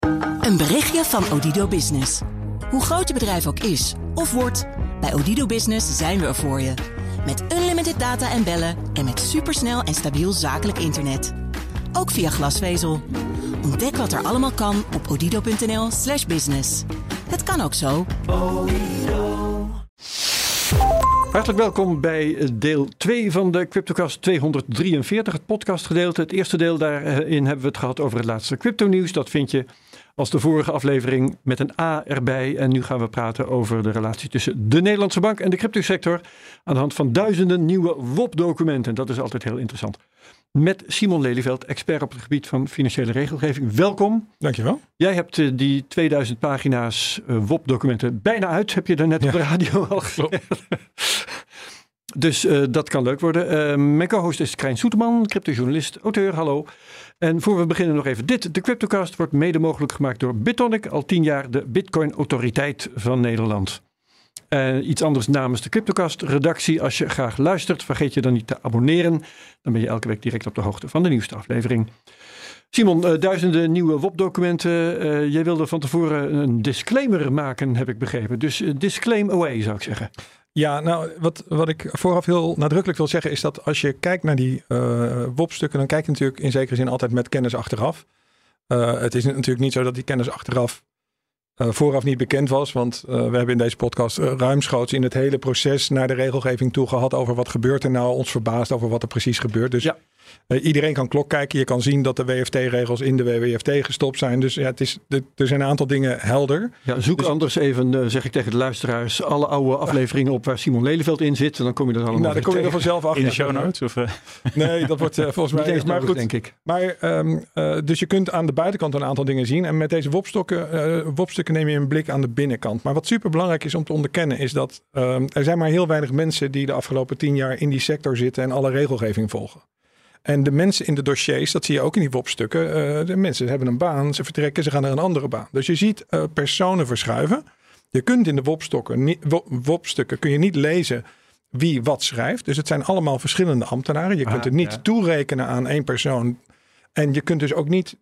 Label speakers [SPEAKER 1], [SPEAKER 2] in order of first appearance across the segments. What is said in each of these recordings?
[SPEAKER 1] Een berichtje van Odido Business. Hoe groot je bedrijf ook is of wordt, bij Odido Business zijn we er voor je. Met unlimited data en bellen en met supersnel en stabiel zakelijk internet. Ook via glasvezel. Ontdek wat er allemaal kan op odido.nl/business. Het kan ook zo.
[SPEAKER 2] Hartelijk welkom bij deel 2 van de CryptoCast 243, het podcastgedeelte. Het eerste deel daarin hebben we het gehad over het laatste crypto-nieuws. Dat vind je als de vorige aflevering met een A erbij. En nu gaan we praten over de relatie tussen de Nederlandse bank en de cryptosector aan de hand van duizenden nieuwe WOP-documenten. Dat is altijd heel interessant. Met Simon Lelyveld, expert op het gebied van financiële regelgeving. Welkom.
[SPEAKER 3] Dankjewel.
[SPEAKER 2] Jij hebt die 2000 pagina's WOP-documenten bijna uit, heb je daarnet op de radio al gezegd. Dus dat kan leuk worden. Mijn co-host is Krijn Soeterman, cryptojournalist, auteur. Hallo. En voor we beginnen nog even dit. De CryptoCast wordt mede mogelijk gemaakt door BitTonic. Al 10 jaar de Bitcoin-autoriteit van Nederland. Iets anders namens de CryptoCast-redactie. Als je graag luistert, vergeet je dan niet te abonneren. Dan ben je elke week direct op de hoogte van de nieuwste aflevering. Simon, duizenden nieuwe WOP-documenten. Jij wilde van tevoren een disclaimer maken, heb ik begrepen. Dus disclaim away, zou ik zeggen.
[SPEAKER 3] Ja, nou, wat ik vooraf heel nadrukkelijk wil zeggen is dat als je kijkt naar die WOP-stukken, dan kijk je natuurlijk in zekere zin altijd met kennis achteraf. Het is natuurlijk niet zo dat die kennis achteraf vooraf niet bekend was, want we hebben in deze podcast ruimschoots in het hele proces naar de regelgeving toe gehad over wat gebeurt er nou, ons verbaasd over wat er precies gebeurt. Dus ja. Iedereen kan klok kijken. Je kan zien dat de WFT-regels in de WWFT gestopt zijn. Dus ja, er zijn een aantal dingen helder.
[SPEAKER 2] Ja, zoek dus anders even, zeg ik tegen de luisteraars, alle oude afleveringen op waar Simon Lelyveld in zit. En dan kom je er allemaal
[SPEAKER 3] dan kom je er vanzelf achter.
[SPEAKER 4] In de show notes? Of,
[SPEAKER 3] Nee, dat wordt volgens mij...
[SPEAKER 2] Niet maar goed, denk ik.
[SPEAKER 3] Maar, dus je kunt aan de buitenkant een aantal dingen zien. En met deze WOP-stukken neem je een blik aan de binnenkant. Maar wat super belangrijk is om te onderkennen is dat er zijn maar heel weinig mensen die de afgelopen 10 jaar in die sector zitten en alle regelgeving volgen. En de mensen in de dossiers, dat zie je ook in die WOP-stukken. De mensen hebben een baan, ze vertrekken, ze gaan naar een andere baan. Dus je ziet personen verschuiven. Je kunt in de WOP-stukken kun je niet lezen wie wat schrijft. Dus het zijn allemaal verschillende ambtenaren. Je kunt het niet toerekenen aan één persoon. En je kunt dus ook niet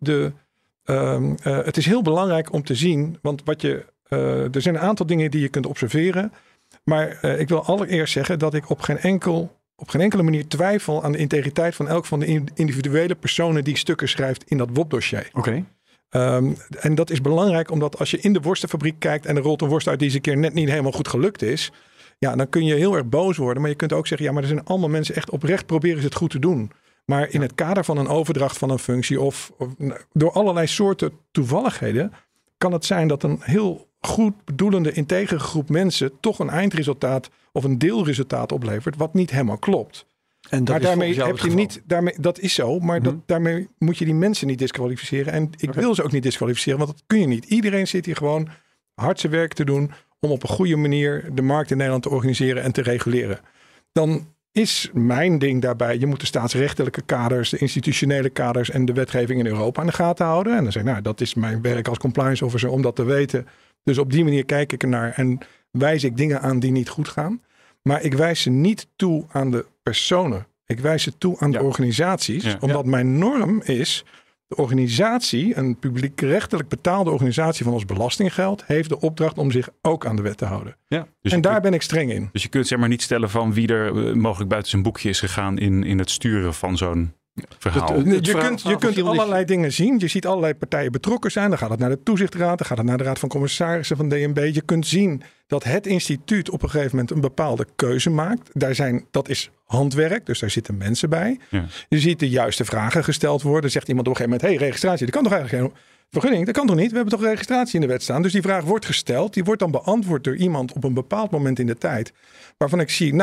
[SPEAKER 3] het is heel belangrijk om te zien, want er zijn een aantal dingen die je kunt observeren. Maar ik wil allereerst zeggen dat ik op geen enkele manier twijfel aan de integriteit van elk van de individuele personen die stukken schrijft in dat WOP-dossier.
[SPEAKER 2] Oké.
[SPEAKER 3] En dat is belangrijk omdat als je in de worstenfabriek kijkt en er rolt een worst uit die eens een keer net niet helemaal goed gelukt is, ja, dan kun je heel erg boos worden. Maar je kunt ook zeggen, ja, maar er zijn allemaal mensen echt oprecht proberen ze het goed te doen. Maar in het kader van een overdracht van een functie of door allerlei soorten toevalligheden kan het zijn dat een heel goed bedoelende integere groep mensen toch een eindresultaat of een deelresultaat oplevert wat niet helemaal klopt.
[SPEAKER 2] En dat
[SPEAKER 3] maar daarmee heb je niet,
[SPEAKER 2] dat
[SPEAKER 3] is zo, maar daarmee moet je die mensen niet disqualificeren. En ik wil ze ook niet disqualificeren, want dat kun je niet. Iedereen zit hier gewoon hard zijn werk te doen om op een goede manier de markt in Nederland te organiseren en te reguleren. Dan is mijn ding daarbij, je moet de staatsrechtelijke kaders, de institutionele kaders en de wetgeving in Europa aan de gaten houden. En dan zeg ik, nou, dat is mijn werk als compliance officer om dat te weten. Dus op die manier kijk ik ernaar en wijs ik dingen aan die niet goed gaan. Maar ik wijs ze niet toe aan de personen. Ik wijs ze toe aan de organisaties. Omdat mijn norm is, de organisatie, een publiekrechtelijk betaalde organisatie van ons belastinggeld, heeft de opdracht om zich ook aan de wet te houden. Ja. Dus en daar ben ik streng in.
[SPEAKER 4] Dus je kunt zeg maar niet stellen van wie er mogelijk buiten zijn boekje is gegaan in het sturen van zo'n verhaal.
[SPEAKER 3] Je kunt allerlei dingen zien. Je ziet allerlei partijen betrokken zijn. Dan gaat het naar de toezichtraad. Dan gaat het naar de raad van commissarissen van DNB. Je kunt zien dat het instituut op een gegeven moment een bepaalde keuze maakt. Dat is handwerk, dus daar zitten mensen bij. Ja. Je ziet de juiste vragen gesteld worden. Zegt iemand op een gegeven moment, registratie, dat kan toch eigenlijk geen vergunning? Dat kan toch niet? We hebben toch registratie in de wet staan? Dus die vraag wordt gesteld. Die wordt dan beantwoord door iemand op een bepaald moment in de tijd. Waarvan ik zie,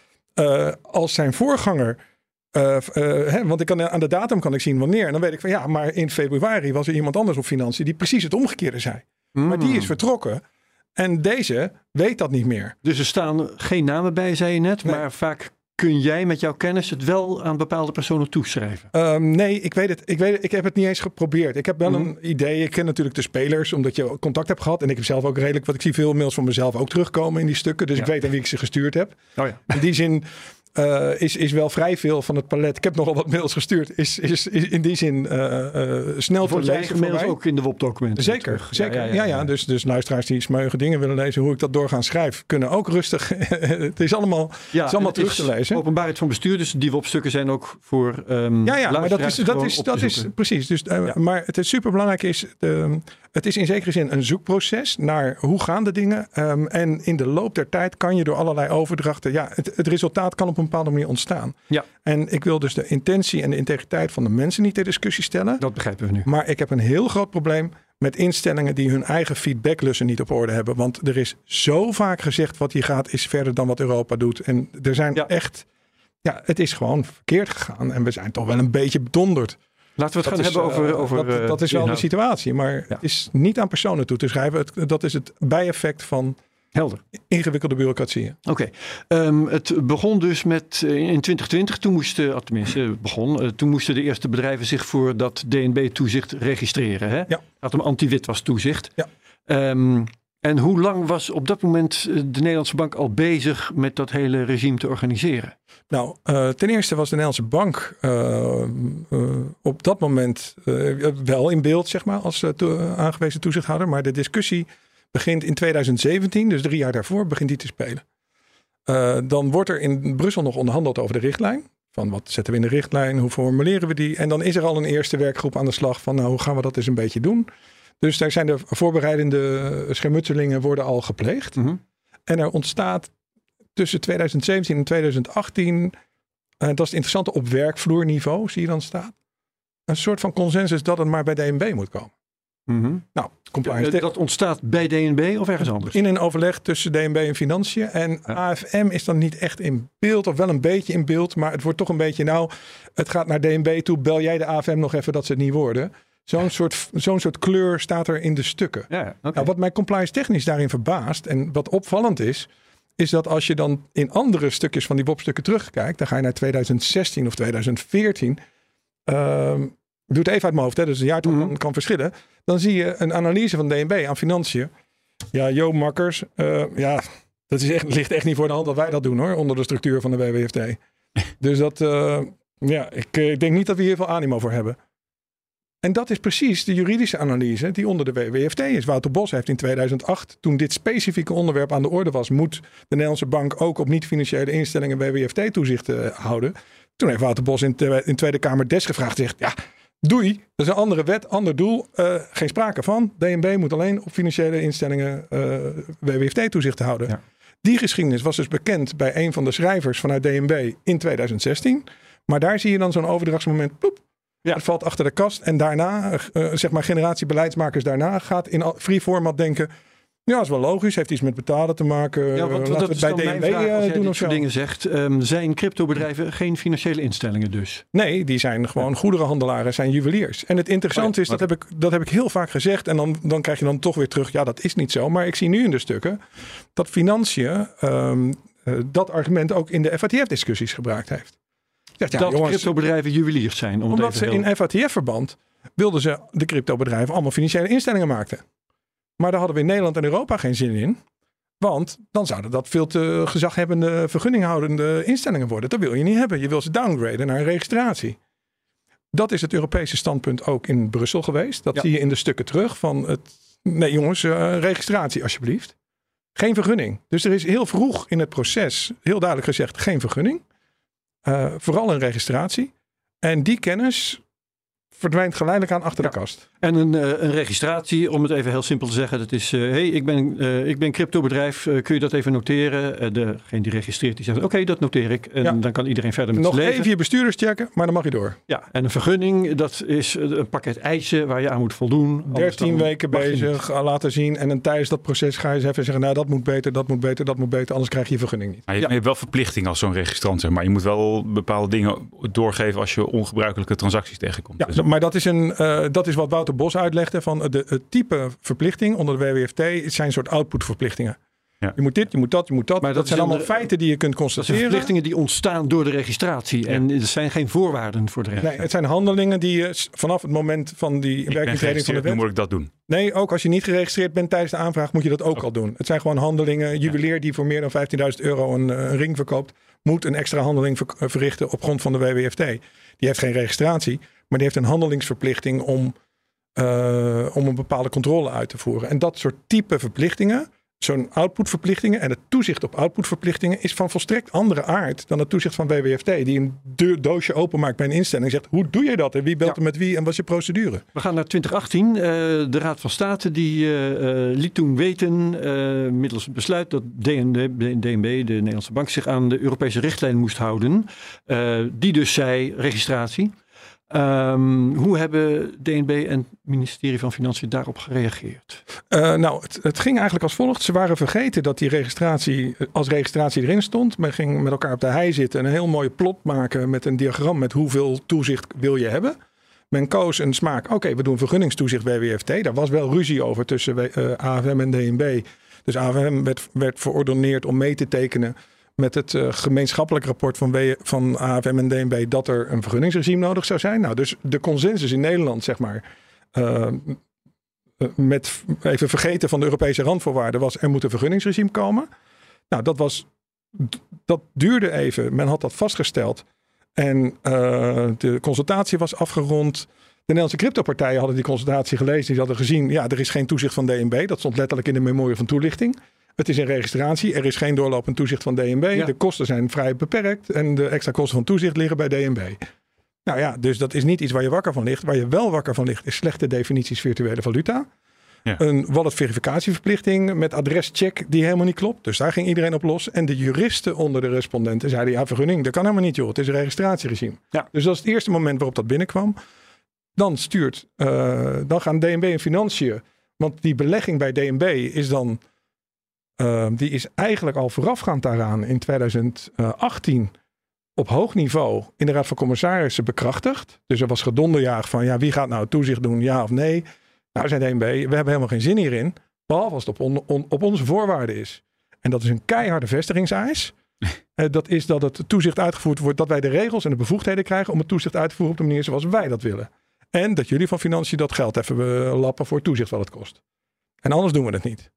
[SPEAKER 3] als zijn voorganger want ik kan aan de datum kan ik zien wanneer. En dan weet ik van ja, maar in februari was er iemand anders op financiën die precies het omgekeerde zei. Maar die is vertrokken. En deze weet dat niet meer.
[SPEAKER 2] Dus er staan geen namen bij, zei je net. Nee. Maar vaak kun jij met jouw kennis het wel aan bepaalde personen toeschrijven?
[SPEAKER 3] Nee, ik weet het. Ik heb het niet eens geprobeerd. Ik heb wel een idee. Ik ken natuurlijk de spelers, omdat je contact hebt gehad. En ik heb zelf ook redelijk, ik zie veel mails van mezelf ook terugkomen in die stukken. Dus ik weet aan wie ik ze gestuurd heb. Oh ja. In die zin is wel vrij veel van het palet. Ik heb nogal wat mails gestuurd. Is in die zin snel te lezen.
[SPEAKER 2] Mails ook in de WOP-documenten.
[SPEAKER 3] Zeker. Ja. Dus luisteraars die smeuïge dingen willen lezen, hoe ik dat doorgaans schrijf, kunnen ook rustig. Het is allemaal terug te lezen.
[SPEAKER 2] Openbaarheid van bestuur, dus die WOP-stukken zijn ook voor.
[SPEAKER 3] Maar dat is precies. Dus, maar het is superbelangrijk het is in zekere zin een zoekproces naar hoe gaan de dingen. En in de loop der tijd kan je door allerlei overdrachten. Ja, het resultaat kan op een bepaalde manier ontstaan. Ja. En ik wil dus de intentie en de integriteit van de mensen niet ter discussie stellen.
[SPEAKER 2] Dat begrijpen we nu.
[SPEAKER 3] Maar ik heb een heel groot probleem met instellingen die hun eigen feedbacklussen niet op orde hebben. Want er is zo vaak gezegd wat hier gaat is verder dan wat Europa doet. En er zijn echt. Ja, het is gewoon verkeerd gegaan. En we zijn toch wel een beetje bedonderd.
[SPEAKER 2] Laten we het gaan hebben over
[SPEAKER 3] dat is wel de situatie. Maar het is niet aan personen toe te schrijven. Dat is het bijeffect van ingewikkelde bureaucratieën.
[SPEAKER 2] Oké. Het begon dus met in 2020. Toen toen moesten de eerste bedrijven zich voor dat DNB-toezicht registreren. Hè? Ja. Dat een anti-witwas toezicht. Ja. En hoe lang was op dat moment de Nederlandse bank al bezig met dat hele regime te organiseren?
[SPEAKER 3] Nou, ten eerste was de Nederlandse bank op dat moment wel in beeld, zeg maar, als aangewezen toezichthouder. Maar de discussie begint in 2017, dus 3 jaar daarvoor, begint die te spelen. Dan wordt er in Brussel nog onderhandeld over de richtlijn. Van wat zetten we in de richtlijn, hoe formuleren we die? En dan is er al een eerste werkgroep aan de slag van hoe gaan we dat eens een beetje doen? Dus daar zijn de voorbereidende schermutselingen worden al gepleegd. Mm-hmm. En er ontstaat tussen 2017 en 2018, dat is het interessante, op werkvloerniveau zie je dan staan, een soort van consensus dat het maar bij DNB moet komen.
[SPEAKER 2] Mm-hmm.
[SPEAKER 3] Nou,
[SPEAKER 2] dat ontstaat bij DNB of ergens anders?
[SPEAKER 3] In een overleg tussen DNB en Financiën. En AFM is dan niet echt in beeld, of wel een beetje in beeld, maar het wordt toch een beetje, het gaat naar DNB toe, bel jij de AFM nog even dat ze het niet worden. Zo'n soort kleur staat er in de stukken. Ja, okay. Nou, wat mij compliance technisch daarin verbaast en wat opvallend is dat als je dan in andere stukjes van die WOP-stukken terugkijkt, dan ga je naar 2016 of 2014. Doe het even uit mijn hoofd, hè, dus een jaartal kan verschillen. Dan zie je een analyse van DNB aan financiën. Ja, makkers. Dat ligt echt niet voor de hand dat wij dat doen hoor, onder de structuur van de WWFT. Dus dat, ik denk niet dat we hier veel animo voor hebben. En dat is precies de juridische analyse die onder de WWFT is. Wouter Bos heeft in 2008, toen dit specifieke onderwerp aan de orde was, moet de Nederlandse bank ook op niet-financiële instellingen WWFT-toezicht houden. Toen heeft Wouter Bos in Tweede Kamer Des gevraagd, zegt doei, dat is een andere wet, ander doel, geen sprake van. DNB moet alleen op financiële instellingen WWFT-toezicht houden. Ja. Die geschiedenis was dus bekend bij een van de schrijvers vanuit DNB in 2016. Maar daar zie je dan zo'n overdrachtsmoment, ploep. Ja. Het valt achter de kast en daarna, generatie beleidsmakers daarna gaat in free format denken, ja, is wel logisch, heeft iets met betalen te maken.
[SPEAKER 2] Ja, want laten we het bij DNB doen of zo. Dingen zegt, zijn cryptobedrijven geen financiële instellingen dus?
[SPEAKER 3] Nee, die zijn gewoon goederenhandelaren, zijn juweliers. En het interessante is, dat heb ik heel vaak gezegd en dan krijg je dan toch weer terug, ja, dat is niet zo. Maar ik zie nu in de stukken dat Financiën dat argument ook in de FATF-discussies gebruikt heeft.
[SPEAKER 2] Dat cryptobedrijven juweliers zijn.
[SPEAKER 3] Omdat ze in FATF-verband wilden ze de cryptobedrijven allemaal financiële instellingen maken. Maar daar hadden we in Nederland en Europa geen zin in. Want dan zouden dat veel te gezaghebbende, vergunninghoudende instellingen worden. Dat wil je niet hebben. Je wil ze downgraden naar een registratie. Dat is het Europese standpunt ook in Brussel geweest. Dat zie je in de stukken terug van nee jongens, registratie alsjeblieft. Geen vergunning. Dus er is heel vroeg in het proces heel duidelijk gezegd geen vergunning. Vooral een registratie. En die kennis verdwijnt geleidelijk aan achter de kast.
[SPEAKER 2] En een registratie, om het even heel simpel te zeggen. Dat is, hey, ik ben cryptobedrijf. Kun je dat even noteren? Degene die registreert, die zegt, oké, dat noteer ik. En dan kan iedereen verder met zijn leven.
[SPEAKER 3] Nog even je bestuurders checken, maar dan mag je door.
[SPEAKER 2] Ja, en een vergunning, dat is een pakket eisen waar je aan moet voldoen.
[SPEAKER 3] 13 weken bezig, laten zien. En tijdens dat proces ga je eens even zeggen, nou dat moet beter, dat moet beter, dat moet beter. Anders krijg je vergunning niet.
[SPEAKER 4] Maar je hebt wel verplichting als zo'n registrant, zeg maar. Je moet wel bepaalde dingen doorgeven als je ongebruikelijke transacties tegenkomt.
[SPEAKER 3] Ja, dus. Maar dat is wat Wouter Bos uitlegde van het type verplichting onder de WWFT. Het zijn een soort outputverplichtingen.
[SPEAKER 4] Ja.
[SPEAKER 3] Je moet dit, je moet dat, je moet dat.
[SPEAKER 2] Maar
[SPEAKER 3] dat zijn allemaal feiten die je kunt
[SPEAKER 2] Dat zijn
[SPEAKER 3] constateren.
[SPEAKER 2] verplichtingen die ontstaan door de registratie. En er zijn geen voorwaarden voor de registratie.
[SPEAKER 3] Nee, het zijn handelingen die je vanaf het moment van die werkingtreding van de wet...
[SPEAKER 4] Nu moet ik dat doen.
[SPEAKER 3] Nee, ook als je niet geregistreerd bent tijdens de aanvraag moet je dat ook al doen. Het zijn gewoon handelingen. Juwelier die voor meer dan €15.000 een ring verkoopt, moet een extra handeling verrichten op grond van de WWFT. Die heeft geen registratie, maar die heeft een handelingsverplichting om een bepaalde controle uit te voeren. En dat soort type verplichtingen, zo'n outputverplichtingen en het toezicht op outputverplichtingen is van volstrekt andere aard dan het toezicht van WWFT. Die een doosje openmaakt bij een instelling en zegt, hoe doe je dat? En wie belt er met wie en wat is je procedure?
[SPEAKER 2] We gaan naar 2018. De Raad van State die liet toen weten, middels het besluit, dat DNB, de Nederlandse Bank, zich aan de Europese richtlijn moest houden. Die dus zei registratie. Hoe hebben DNB en het ministerie van Financiën daarop gereageerd?
[SPEAKER 3] Het ging eigenlijk als volgt. Ze waren vergeten dat die registratie erin stond. Men ging met elkaar op de hei zitten en een heel mooie plot maken met een diagram met hoeveel toezicht wil je hebben. Men koos een smaak. Oké, we doen vergunningstoezicht WWFT. Daar was wel ruzie over tussen AFM en DNB. Dus AFM werd verordoneerd om mee te tekenen met het gemeenschappelijk rapport van AFM en DNB dat er een vergunningsregime nodig zou zijn. Nou, dus de consensus in Nederland, zeg maar, met even vergeten van de Europese randvoorwaarden, was er moet een vergunningsregime komen. Nou, dat duurde even. Men had dat vastgesteld. En de consultatie was afgerond. De Nederlandse cryptopartijen hadden die consultatie gelezen. Die hadden gezien, ja, er is geen toezicht van DNB. Dat stond letterlijk in de memorie van toelichting. Het is een registratie. Er is geen doorlopend toezicht van DNB. Ja. De kosten zijn vrij beperkt. En de extra kosten van toezicht liggen bij DNB. Nou ja, dus dat is niet iets waar je wakker van ligt. Waar je wel wakker van ligt is slechte definities virtuele valuta. Ja. Een wallet verificatieverplichting met adrescheck die helemaal niet klopt. Dus daar ging iedereen op los. En de juristen onder de respondenten zeiden, ja, vergunning, dat kan helemaal niet, joh. Het is een registratieregime. Ja. Dus dat is het eerste moment waarop dat binnenkwam. Dan gaan DNB en Financiën, want die belegging bij DNB is dan, die is eigenlijk al voorafgaand daaraan in 2018 op hoog niveau in de Raad van Commissarissen bekrachtigd. Dus er was gedonderjaag van, ja, wie gaat nou toezicht doen, ja of nee? Nou, zei DNB, we hebben helemaal geen zin hierin, behalve als het op onze voorwaarden is. En dat is een keiharde vestigingseis. Dat is dat het toezicht uitgevoerd wordt, dat wij de regels en de bevoegdheden krijgen om het toezicht uit te voeren op de manier zoals wij dat willen. En dat jullie van Financiën dat geld even lappen voor toezicht wat het kost. En anders doen we het niet.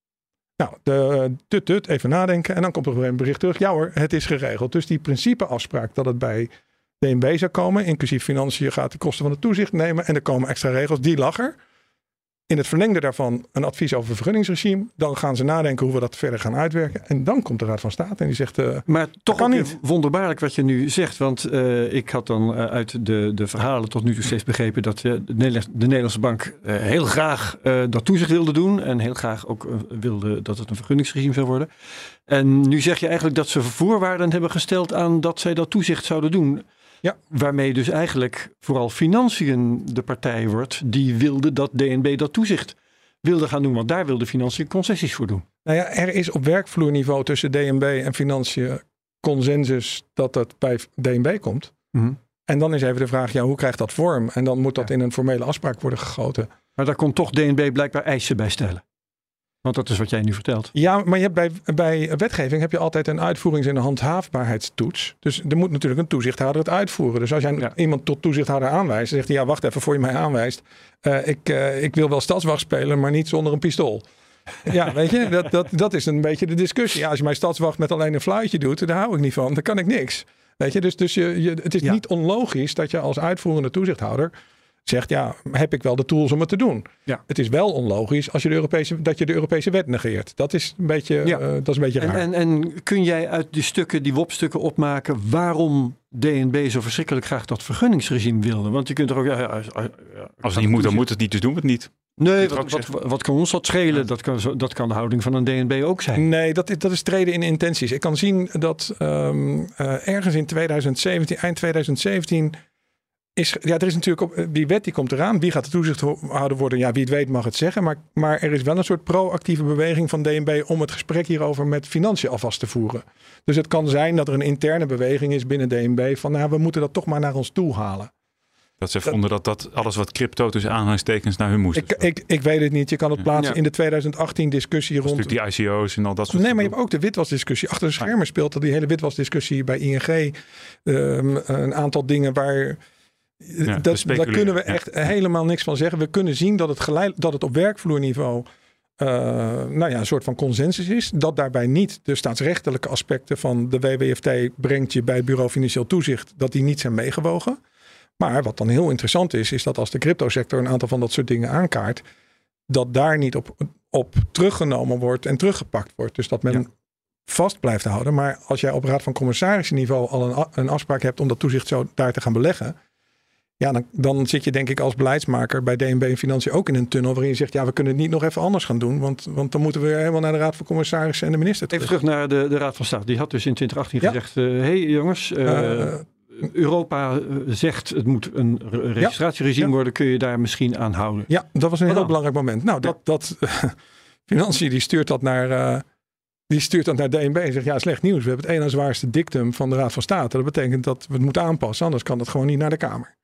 [SPEAKER 3] Nou, even nadenken en dan komt er weer een bericht terug. Ja hoor, het is geregeld. Dus die principeafspraak dat het bij DNB zou komen, inclusief Financiën gaat de kosten van het toezicht nemen en er komen extra regels, die lag er. In het verlengde daarvan een advies over vergunningsregime. Dan gaan ze nadenken hoe we dat verder gaan uitwerken. En dan komt de Raad van State en die zegt,
[SPEAKER 2] maar toch
[SPEAKER 3] kan
[SPEAKER 2] ook
[SPEAKER 3] niet.
[SPEAKER 2] Wonderbaarlijk wat je nu zegt. Want ik had dan uit de verhalen tot nu toe steeds begrepen dat de Nederlandse Bank heel graag dat toezicht wilde doen. En heel graag ook wilde dat het een vergunningsregime zou worden. En nu zeg je eigenlijk dat ze voorwaarden hebben gesteld aan dat zij dat toezicht zouden doen. Ja. Waarmee dus eigenlijk vooral Financiën de partij wordt die wilde dat DNB dat toezicht wilde gaan doen. Want daar wilde Financiën concessies voor doen.
[SPEAKER 3] Nou ja, er is op werkvloerniveau tussen DNB en Financiën consensus dat het bij DNB komt. Mm-hmm. En dan is even de vraag, ja, hoe krijgt dat vorm? En dan moet dat in een formele afspraak worden gegoten.
[SPEAKER 2] Maar daar kon toch DNB blijkbaar eisen bij stellen. Want dat is wat jij nu vertelt.
[SPEAKER 3] Ja, maar je hebt bij wetgeving heb je altijd een uitvoerings- en een handhaafbaarheidstoets. Dus er moet natuurlijk een toezichthouder het uitvoeren. Dus als jij iemand tot toezichthouder aanwijst, dan zegt hij, ja, wacht even, voor je mij aanwijst. Ik wil wel stadswacht spelen, maar niet zonder een pistool. Ja, weet je, dat is een beetje de discussie. Ja, als je mij stadswacht met alleen een fluitje doet, daar hou ik niet van. Dan kan ik niks. Weet je, dus het is niet onlogisch dat je als uitvoerende toezichthouder zegt, ja, heb ik wel de tools om het te doen. Ja. Het is wel onlogisch als je dat je de Europese wet negeert. Dat is een beetje, raar.
[SPEAKER 2] En kun jij uit die WOP-stukken opmaken waarom DNB zo verschrikkelijk graag dat vergunningsregime wilde? Want je kunt er ook...
[SPEAKER 4] als het niet moet, dan moet het niet, dus doen we het niet.
[SPEAKER 2] Nee, wat kan ons dat schelen? Dat kan de houding van een DNB ook zijn.
[SPEAKER 3] Nee, dat is treden in intenties. Ik kan zien dat ergens in 2017, eind 2017... er is natuurlijk die wet die komt eraan. Wie gaat de toezichthouder worden? Ja, wie het weet mag het zeggen. Maar er is wel een soort proactieve beweging van DNB om het gesprek hierover met Financiën alvast te voeren. Dus het kan zijn dat er een interne beweging is binnen DNB van, nou, we moeten dat toch maar naar ons toe halen.
[SPEAKER 4] Dat ze vonden dat alles wat crypto tussen aanhalingstekens naar hun moest.
[SPEAKER 3] Ik weet het niet. Je kan het plaatsen in de 2018 discussie rond...
[SPEAKER 4] Natuurlijk die ICO's en al dat soort
[SPEAKER 3] Nee, maar je hebt ook de witwasdiscussie. Achter de schermen speelt dat die hele witwasdiscussie bij ING. Een aantal dingen waar... daar kunnen we echt helemaal niks van zeggen. We kunnen zien dat het op werkvloerniveau... een soort van consensus is. Dat daarbij niet de staatsrechtelijke aspecten van de WWFT brengt je bij het Bureau Financieel Toezicht, dat die niet zijn meegewogen. Maar wat dan heel interessant is dat als de cryptosector een aantal van dat soort dingen aankaart, dat daar niet op teruggenomen wordt en teruggepakt wordt. Dus dat men vast blijft houden. Maar als jij op Raad van Commissarissen niveau al een afspraak hebt om dat toezicht zo daar te gaan beleggen, ja, dan zit je denk ik als beleidsmaker bij DNB en Financiën ook in een tunnel waarin je zegt, ja, we kunnen het niet nog even anders gaan doen. Want dan moeten we helemaal naar de Raad van Commissarissen en de minister terug.
[SPEAKER 2] Even terug naar de Raad van State. Die had dus in 2018 gezegd, hey jongens, Europa zegt het moet een registratieregime worden. Kun je daar misschien aan houden?
[SPEAKER 3] Ja, dat was een heel belangrijk moment. Nou, Financiën die stuurt dat naar DNB en zegt, ja, slecht nieuws. We hebben het ene zwaarste dictum van de Raad van State. Dat betekent dat we het moeten aanpassen, anders kan het gewoon niet naar de Kamer.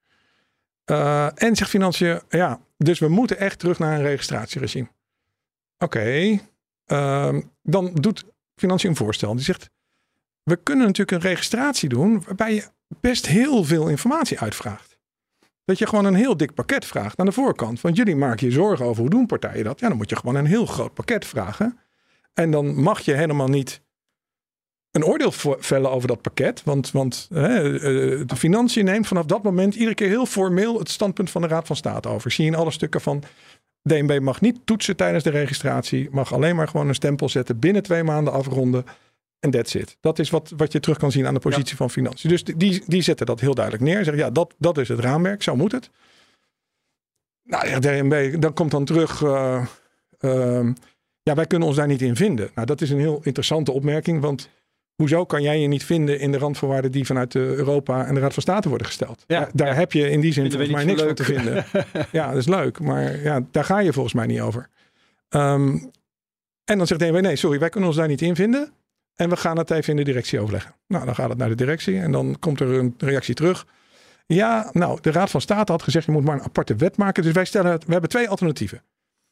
[SPEAKER 3] En zegt Financiën, ja, dus we moeten echt terug naar een registratieregime. Oké. Dan doet Financiën een voorstel. Die zegt, we kunnen natuurlijk een registratie doen waarbij je best heel veel informatie uitvraagt. Dat je gewoon een heel dik pakket vraagt aan de voorkant. Want jullie maken je zorgen over hoe doen partijen dat. Ja, dan moet je gewoon een heel groot pakket vragen. En dan mag je helemaal niet een oordeel vellen over dat pakket. Want de Financiën neemt vanaf dat moment iedere keer heel formeel het standpunt van de Raad van State over. Zie je in alle stukken van DNB mag niet toetsen tijdens de registratie. Mag alleen maar gewoon een stempel zetten, binnen 2 maanden afronden. En that's it. Dat is wat je terug kan zien aan de positie van Financiën. Dus die zetten dat heel duidelijk neer. Zeggen, ja, dat is het raamwerk. Zo moet het. Nou ja, DNB, dan komt dan terug. Wij kunnen ons daar niet in vinden. Nou, dat is een heel interessante opmerking. Want hoezo kan jij je niet vinden in de randvoorwaarden die vanuit Europa en de Raad van State worden gesteld? Ja, daar heb je in die zin volgens mij niks van te vinden. Ja, dat is leuk. Maar ja, daar ga je volgens mij niet over. En dan zegt DNB, nee, sorry, wij kunnen ons daar niet in vinden. En we gaan het even in de directie overleggen. Nou, dan gaat het naar de directie en dan komt er een reactie terug. Ja, nou, de Raad van State had gezegd, je moet maar een aparte wet maken. Dus we hebben 2 alternatieven.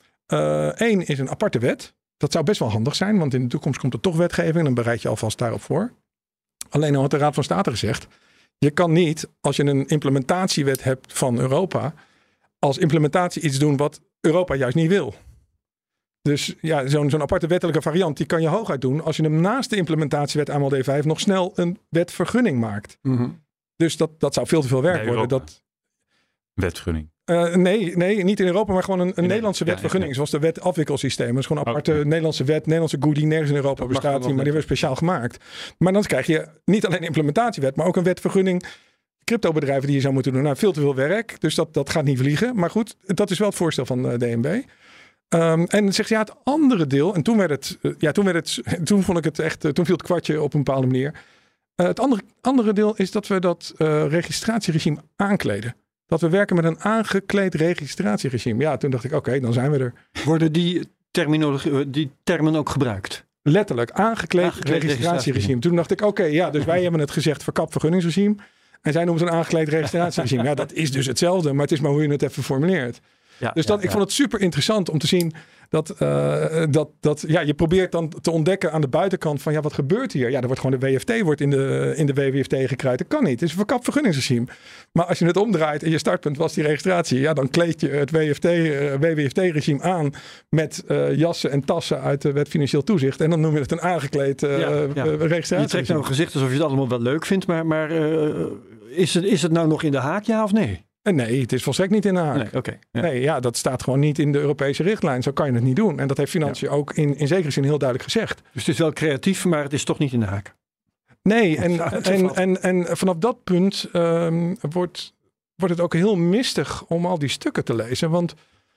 [SPEAKER 3] 1 is een aparte wet. Dat zou best wel handig zijn, want in de toekomst komt er toch wetgeving en dan bereid je alvast daarop voor. Alleen dan had de Raad van State gezegd, je kan niet, als je een implementatiewet hebt van Europa, als implementatie iets doen wat Europa juist niet wil. Dus ja, zo'n aparte wettelijke variant, die kan je hooguit doen als je hem naast de implementatiewet AML D5 nog snel een wetvergunning maakt. Mm-hmm. Dus dat zou veel te veel werk worden.
[SPEAKER 4] Wetvergunning?
[SPEAKER 3] Nee, niet in Europa, maar gewoon een Nederlandse wetvergunning. Zoals de wet afwikkelsysteem. Dat is gewoon een aparte Nederlandse wet. Nederlandse goodie, nergens in Europa bestaat die, maar die wordt speciaal gemaakt. Maar dan krijg je niet alleen een implementatiewet, maar ook een wetvergunning. Cryptobedrijven die je zou moeten doen. Nou, veel te veel werk, dus dat gaat niet vliegen. Maar goed, dat is wel het voorstel van DNB. En zegt het andere deel, en toen vond ik het echt, toen viel het kwartje op een bepaalde manier. Het andere deel is dat we dat registratieregime aankleden. Dat we werken met een aangekleed registratieregime. Ja, toen dacht ik, oké, dan zijn we er.
[SPEAKER 2] Worden die termen ook gebruikt?
[SPEAKER 3] Letterlijk, aangekleed registratieregime. Toen dacht ik, oké, dus wij hebben het gezegd verkapt vergunningsregime. En zij noemen het een aangekleed registratieregime. Ja, dat is dus hetzelfde, maar het is maar hoe je het even formuleert. Ja, dus ik vond het super interessant om te zien dat je probeert dan te ontdekken aan de buitenkant van wat gebeurt hier? Ja, er wordt gewoon de WFT wordt in de WWFT gekruid. Dat kan niet. Het is een verkapt vergunningsregime. Maar als je het omdraait en je startpunt was die registratie, dan kleed je het WWFT-regime aan met jassen en tassen uit de Wet Financieel Toezicht. En dan noem je het een aangekleed registratie.
[SPEAKER 2] Je trekt nou een gezicht alsof je het allemaal wel leuk vindt, maar is het nou nog in de haak, ja of nee?
[SPEAKER 3] Nee, het is volstrekt niet in de haak. Nee, dat staat gewoon niet in de Europese richtlijn. Zo kan je het niet doen. En dat heeft Financiën ook in zekere zin heel duidelijk gezegd.
[SPEAKER 2] Dus het is wel creatief, maar het is toch niet in de haak.
[SPEAKER 3] Nee, en vanaf dat punt wordt het ook heel mistig om al die stukken te lezen. Want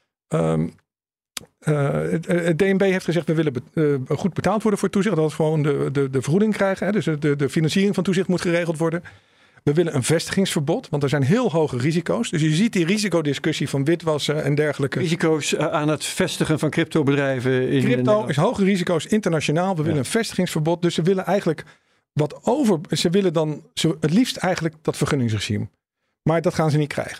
[SPEAKER 3] het DNB heeft gezegd, we willen goed betaald worden voor toezicht. Dat we gewoon de vergoeding krijgen. Hè? Dus de financiering van toezicht moet geregeld worden. We willen een vestigingsverbod, want er zijn heel hoge risico's. Dus je ziet die risicodiscussie van witwassen en dergelijke.
[SPEAKER 2] Risico's aan het vestigen van cryptobedrijven.
[SPEAKER 3] Crypto is hoge risico's internationaal. We willen een vestigingsverbod. Dus ze willen eigenlijk Ze willen dan het liefst eigenlijk dat vergunningsregime. Maar dat gaan ze niet krijgen.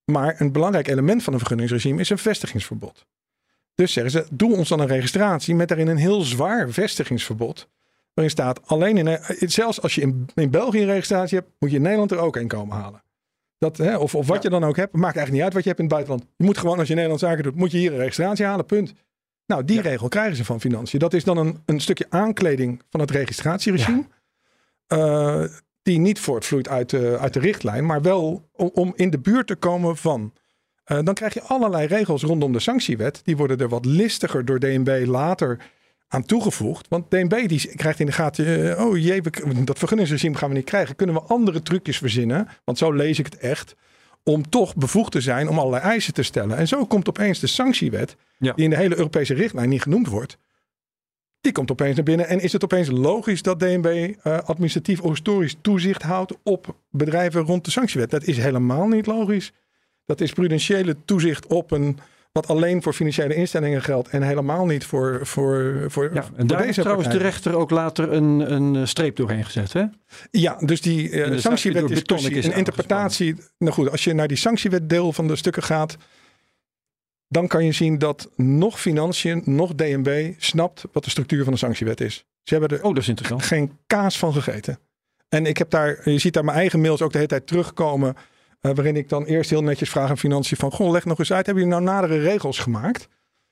[SPEAKER 3] Maar een belangrijk element van een vergunningsregime is een vestigingsverbod. Dus zeggen ze, doe ons dan een registratie met daarin een heel zwaar vestigingsverbod. Waarin staat, zelfs als je in België een registratie hebt, moet je in Nederland er ook een komen halen. Of wat je dan ook hebt, maakt eigenlijk niet uit wat je hebt in het buitenland. Je moet gewoon, als je Nederland zaken doet, moet je hier een registratie halen, punt. Nou, die regel krijgen ze van Financiën. Dat is dan een stukje aankleding van het registratieregime. Ja. Die niet voortvloeit uit de richtlijn, maar wel om in de buurt te komen van. Dan krijg je allerlei regels rondom de sanctiewet. Die worden er wat listiger door DNB later aan toegevoegd. Want DNB die krijgt in de gaten, dat vergunningsregime gaan we niet krijgen. Kunnen we andere trucjes verzinnen? Want zo lees ik het echt. Om toch bevoegd te zijn om allerlei eisen te stellen. En zo komt opeens de sanctiewet, die in de hele Europese richtlijn niet genoemd wordt. Die komt opeens naar binnen en is het opeens logisch dat DNB administratief of historisch toezicht houdt op bedrijven rond de sanctiewet. Dat is helemaal niet logisch. Dat is prudentiële toezicht op wat alleen voor financiële instellingen geldt en helemaal niet voor
[SPEAKER 2] en daar is trouwens de rechter ook later een streep doorheen gezet, hè?
[SPEAKER 3] Ja, dus die sanctiewetdiscussie, een interpretatie. Nou goed, als je naar die sanctiewetdeel van de stukken gaat, dan kan je zien dat nog Financiën, nog DNB snapt wat de structuur van de sanctiewet is. Ze hebben er
[SPEAKER 2] dat is interessant.
[SPEAKER 3] Geen kaas van gegeten. En ik heb je ziet daar mijn eigen mails ook de hele tijd terugkomen. Waarin ik dan eerst heel netjes vraag aan Financiën van, leg nog eens uit, hebben jullie nou nadere regels gemaakt?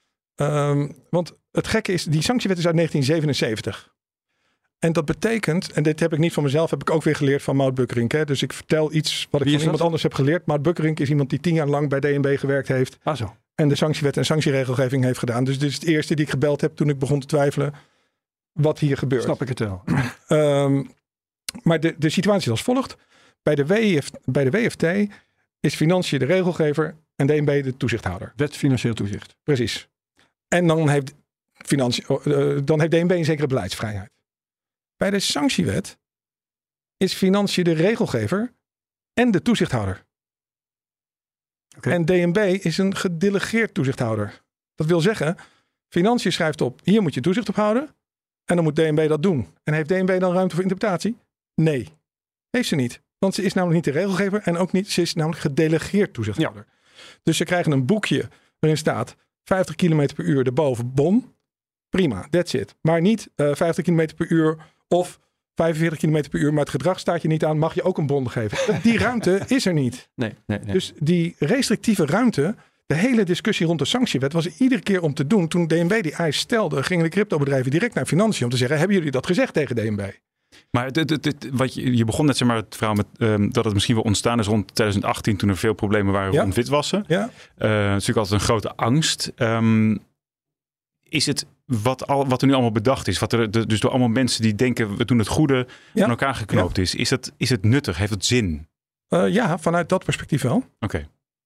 [SPEAKER 3] Want het gekke is, die sanctiewet is uit 1977. En dat betekent, en dit heb ik niet van mezelf, heb ik ook weer geleerd van Maud Buckerink. Hè? Dus ik vertel iets wat ik van iemand anders heb geleerd. Maud Buckerink is iemand die 10 jaar lang bij DNB gewerkt heeft.
[SPEAKER 2] Zo.
[SPEAKER 3] En de sanctiewet en sanctieregelgeving heeft gedaan. Dus dit is het eerste die ik gebeld heb toen ik begon te twijfelen wat hier gebeurt.
[SPEAKER 2] Snap ik het wel.
[SPEAKER 3] Maar de situatie is als volgt. Bij de WFT is Financiën de regelgever en DNB de toezichthouder.
[SPEAKER 2] Wet financieel toezicht.
[SPEAKER 3] Precies. En dan heeft DNB een zekere beleidsvrijheid. Bij de sanctiewet is Financiën de regelgever en de toezichthouder. Okay. En DNB is een gedelegeerd toezichthouder. Dat wil zeggen, Financiën schrijft op, hier moet je toezicht op houden. En dan moet DNB dat doen. En heeft DNB dan ruimte voor interpretatie? Nee, heeft ze niet. Want ze is namelijk niet de regelgever en ook niet, ze is namelijk gedelegeerd toezichthouder. Ja. Dus ze krijgen een boekje waarin staat 50 km per uur erboven bon. Prima, that's it. Maar niet 50 km per uur of 45 km per uur, maar het gedrag staat je niet aan, mag je ook een bon geven. Die ruimte is er niet.
[SPEAKER 2] Nee.
[SPEAKER 3] Dus die restrictieve ruimte, de hele discussie rond de sanctiewet was er iedere keer om te doen. Toen DNB die eis stelde, gingen de cryptobedrijven direct naar Financiën om te zeggen, hebben jullie dat gezegd tegen DNB?
[SPEAKER 4] Maar je begon net het verhaal met dat het misschien wel ontstaan is rond 2018 toen er veel problemen waren rond witwassen. Ja. Natuurlijk altijd een grote angst. Is het wat er nu allemaal bedacht is, wat er dus door allemaal mensen die denken we doen het goede aan elkaar geknoopt is het nuttig? Heeft het zin?
[SPEAKER 3] Ja, vanuit dat perspectief wel.
[SPEAKER 4] Oké.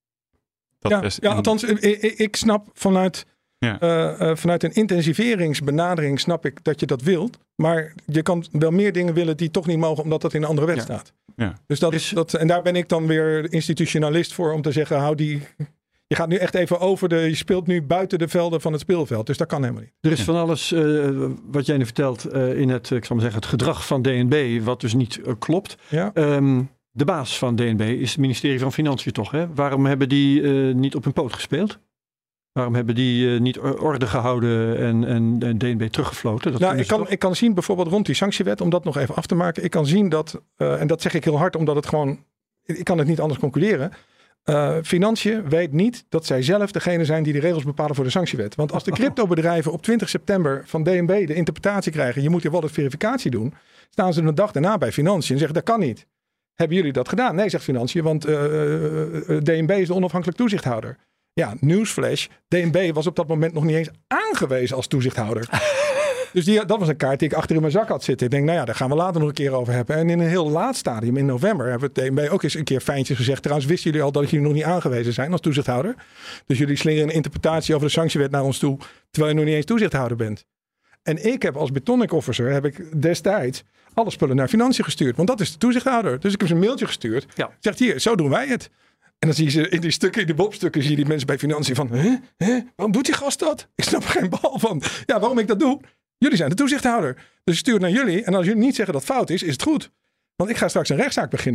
[SPEAKER 3] Althans, ik snap vanuit een intensiveringsbenadering snap ik dat je dat wilt. Maar je kan wel meer dingen willen die toch niet mogen omdat dat in een andere wet staat. Ja. Dus en daar ben ik dan weer institutionalist voor om te zeggen, je gaat nu echt even je speelt nu buiten de velden van het speelveld. Dus dat kan helemaal niet.
[SPEAKER 2] Er is van alles wat jij nu vertelt in het gedrag van DNB, wat dus niet klopt. Ja. De baas van DNB is het ministerie van Financiën toch? Hè? Waarom hebben die niet op hun poot gespeeld? Waarom hebben die niet orde gehouden en DNB teruggefloten?
[SPEAKER 3] Ik kan zien bijvoorbeeld rond die sanctiewet, om dat nog even af te maken. Ik kan zien dat, en dat zeg ik heel hard, omdat het gewoon, ik kan het niet anders concluderen. Financiën weet niet dat zij zelf degene zijn die de regels bepalen voor de sanctiewet. Want als de cryptobedrijven op 20 september van DNB de interpretatie krijgen, je moet hier wallet verificatie doen, staan ze een dag daarna bij Financiën en zeggen dat kan niet. Hebben jullie dat gedaan? Nee, zegt Financiën, want DNB is de onafhankelijk toezichthouder. Ja, newsflash. DNB was op dat moment nog niet eens aangewezen als toezichthouder. Dus dat was een kaart die ik achter in mijn zak had zitten. Ik denk, daar gaan we later nog een keer over hebben. En in een heel laat stadium, in november, hebben we DNB ook eens een keer fijntjes gezegd. Trouwens, wisten jullie al dat jullie nog niet aangewezen zijn als toezichthouder? Dus jullie slingeren een interpretatie over de sanctiewet naar ons toe, terwijl je nog niet eens toezichthouder bent. En ik heb als Bitonic officer, destijds alle spullen naar Financiën gestuurd. Want dat is de toezichthouder. Dus ik heb ze een mailtje gestuurd. Ja. Zegt hier, zo doen wij het. En dan zie je ze in die stukken, in die Bob-stukken, zie je die mensen bij Financiën van, waarom doet die gast dat? Ik snap er geen bal van. Ja, waarom ik dat doe? Jullie zijn de toezichthouder. Dus ik stuur het naar jullie. En als jullie niet zeggen dat het fout is, is het goed. Want ik ga straks een rechtszaak beginnen.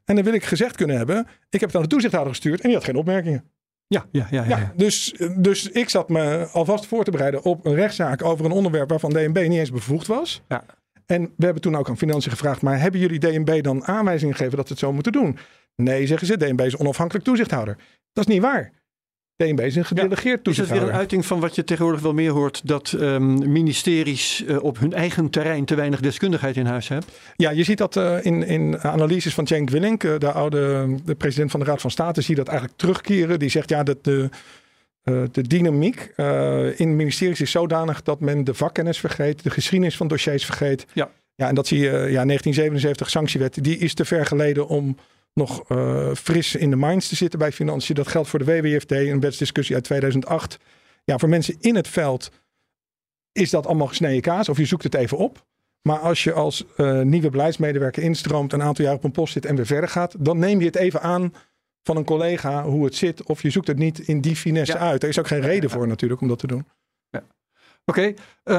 [SPEAKER 3] En dan wil ik gezegd kunnen hebben, ik heb het aan de toezichthouder gestuurd en die had geen opmerkingen. Ja. Dus ik zat me alvast voor te bereiden op een rechtszaak over een onderwerp waarvan DNB niet eens bevoegd was. Ja. En we hebben toen ook aan Financiën gevraagd, maar hebben jullie DNB dan aanwijzingen gegeven dat ze het zo moeten doen? Nee, zeggen ze, DNB is onafhankelijk toezichthouder. Dat is niet waar. DNB is een gedelegeerd toezichthouder. Is dat weer een
[SPEAKER 2] uiting van wat je tegenwoordig wel meer hoort, dat ministeries op hun eigen terrein te weinig deskundigheid in huis hebben?
[SPEAKER 3] Ja, je ziet dat in analyses van Cenk Willink, de president van de Raad van State, zie je dat eigenlijk terugkeren. Die zegt dat de dynamiek in ministeries is zodanig dat men de vakkennis vergeet, de geschiedenis van dossiers vergeet. Ja, en dat zie je, 1977 sanctiewet, die is te ver geleden om nog fris in de minds te zitten bij Financiën. Dat geldt voor de WWFT, een wetsdiscussie uit 2008. Ja, voor mensen in het veld is dat allemaal gesneden kaas, of je zoekt het even op. Maar als je als nieuwe beleidsmedewerker instroomt, een aantal jaar op een post zit en weer verder gaat, dan neem je het even aan van een collega hoe het zit, of je zoekt het niet in die finesse uit. Er is ook geen reden voor natuurlijk om dat te doen.
[SPEAKER 2] Ja. Oké.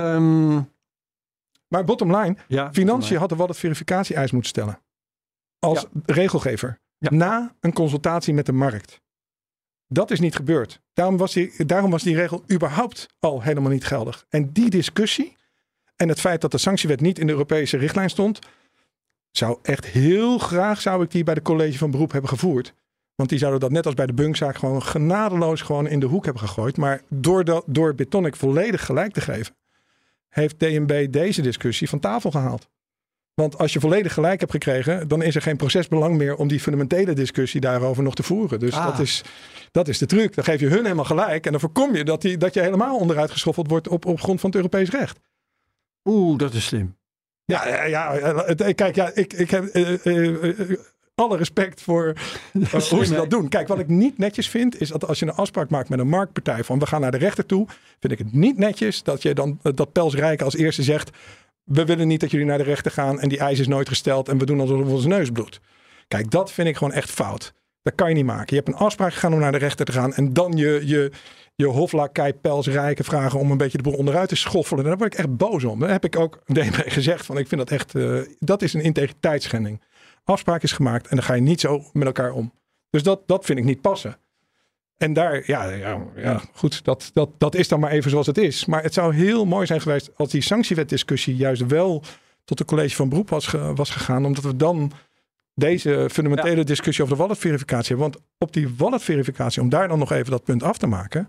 [SPEAKER 3] Maar bottom line, Financiën had de wallet verificatie-eis moeten stellen. Als regelgever. Ja. Na een consultatie met de markt. Dat is niet gebeurd. Daarom was die regel überhaupt al helemaal niet geldig. En die discussie en het feit dat de sanctiewet niet in de Europese richtlijn stond, zou ik die bij de college van beroep hebben gevoerd. Want die zouden dat net als bij de bunkzaak gewoon genadeloos in de hoek hebben gegooid. Maar door Bitonic volledig gelijk te geven, heeft DNB deze discussie van tafel gehaald. Want als je volledig gelijk hebt gekregen, dan is er geen procesbelang meer om die fundamentele discussie daarover nog te voeren. Dus dat is de truc. Dan geef je hun helemaal gelijk en dan voorkom je dat je helemaal onderuit geschoffeld wordt op grond van het Europees recht.
[SPEAKER 2] Dat is slim.
[SPEAKER 3] Kijk, ik heb alle respect voor hoe ze dat doen. Kijk, wat ik niet netjes vind, is dat als je een afspraak maakt met een marktpartij van we gaan naar de rechter toe, vind ik het niet netjes dat je dan dat Pels Rijken als eerste zegt, we willen niet dat jullie naar de rechter gaan en die eis is nooit gesteld en we doen alsof onze neus bloedt. Kijk, dat vind ik gewoon echt fout. Dat kan je niet maken. Je hebt een afspraak gegaan om naar de rechter te gaan en dan je hoflakij Pels Rijken vragen om een beetje de boel onderuit te schoffelen. Daar word ik echt boos om. Daar heb ik ook DNB gezegd van ik vind dat echt, dat is een integriteitsschending. Afspraak is gemaakt en dan ga je niet zo met elkaar om. Dus dat vind ik niet passen. En daar, goed, dat is dan maar even zoals het is. Maar het zou heel mooi zijn geweest als die sanctiewetdiscussie juist wel tot de college van beroep was gegaan. Omdat we dan deze fundamentele discussie over de walletverificatie hebben. Want op die walletverificatie, om daar dan nog even dat punt af te maken.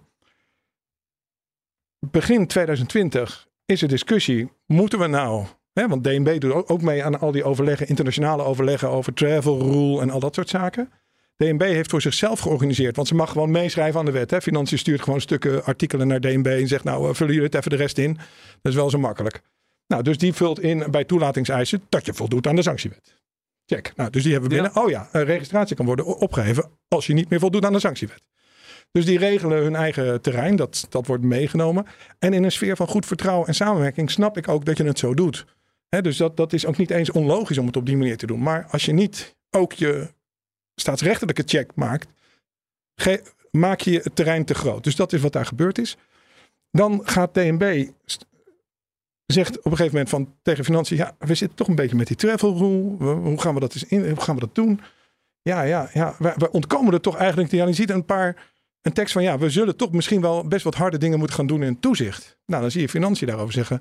[SPEAKER 3] Begin 2020 is er discussie, moeten we nou, want DNB doet ook mee aan al die overleggen, internationale overleggen over travel rule en al dat soort zaken. DNB heeft voor zichzelf georganiseerd, want ze mag gewoon meeschrijven aan de wet. Financiën stuurt gewoon stukken artikelen naar DNB en zegt vullen jullie het even de rest in. Dat is wel zo makkelijk. Nou, dus die vult in bij toelatingseisen dat je voldoet aan de sanctiewet. Check. Nou, dus die hebben we binnen. Een registratie kan worden opgeheven als je niet meer voldoet aan de sanctiewet. Dus die regelen hun eigen terrein, dat wordt meegenomen. En in een sfeer van goed vertrouwen en samenwerking snap ik ook dat je het zo doet. Dus dat is ook niet eens onlogisch om het op die manier te doen. Maar als je niet ook je staatsrechtelijke check maakt, maak je het terrein te groot. Dus dat is wat daar gebeurd is. Dan gaat DNB, zegt op een gegeven moment van tegen Financiën, we zitten toch een beetje met die travel rule. Hoe gaan we dat hoe gaan we dat doen? We ontkomen er toch eigenlijk. Je ziet een tekst van we zullen toch misschien wel best wat harde dingen moeten gaan doen in het toezicht. Nou, dan zie je Financiën daarover zeggen,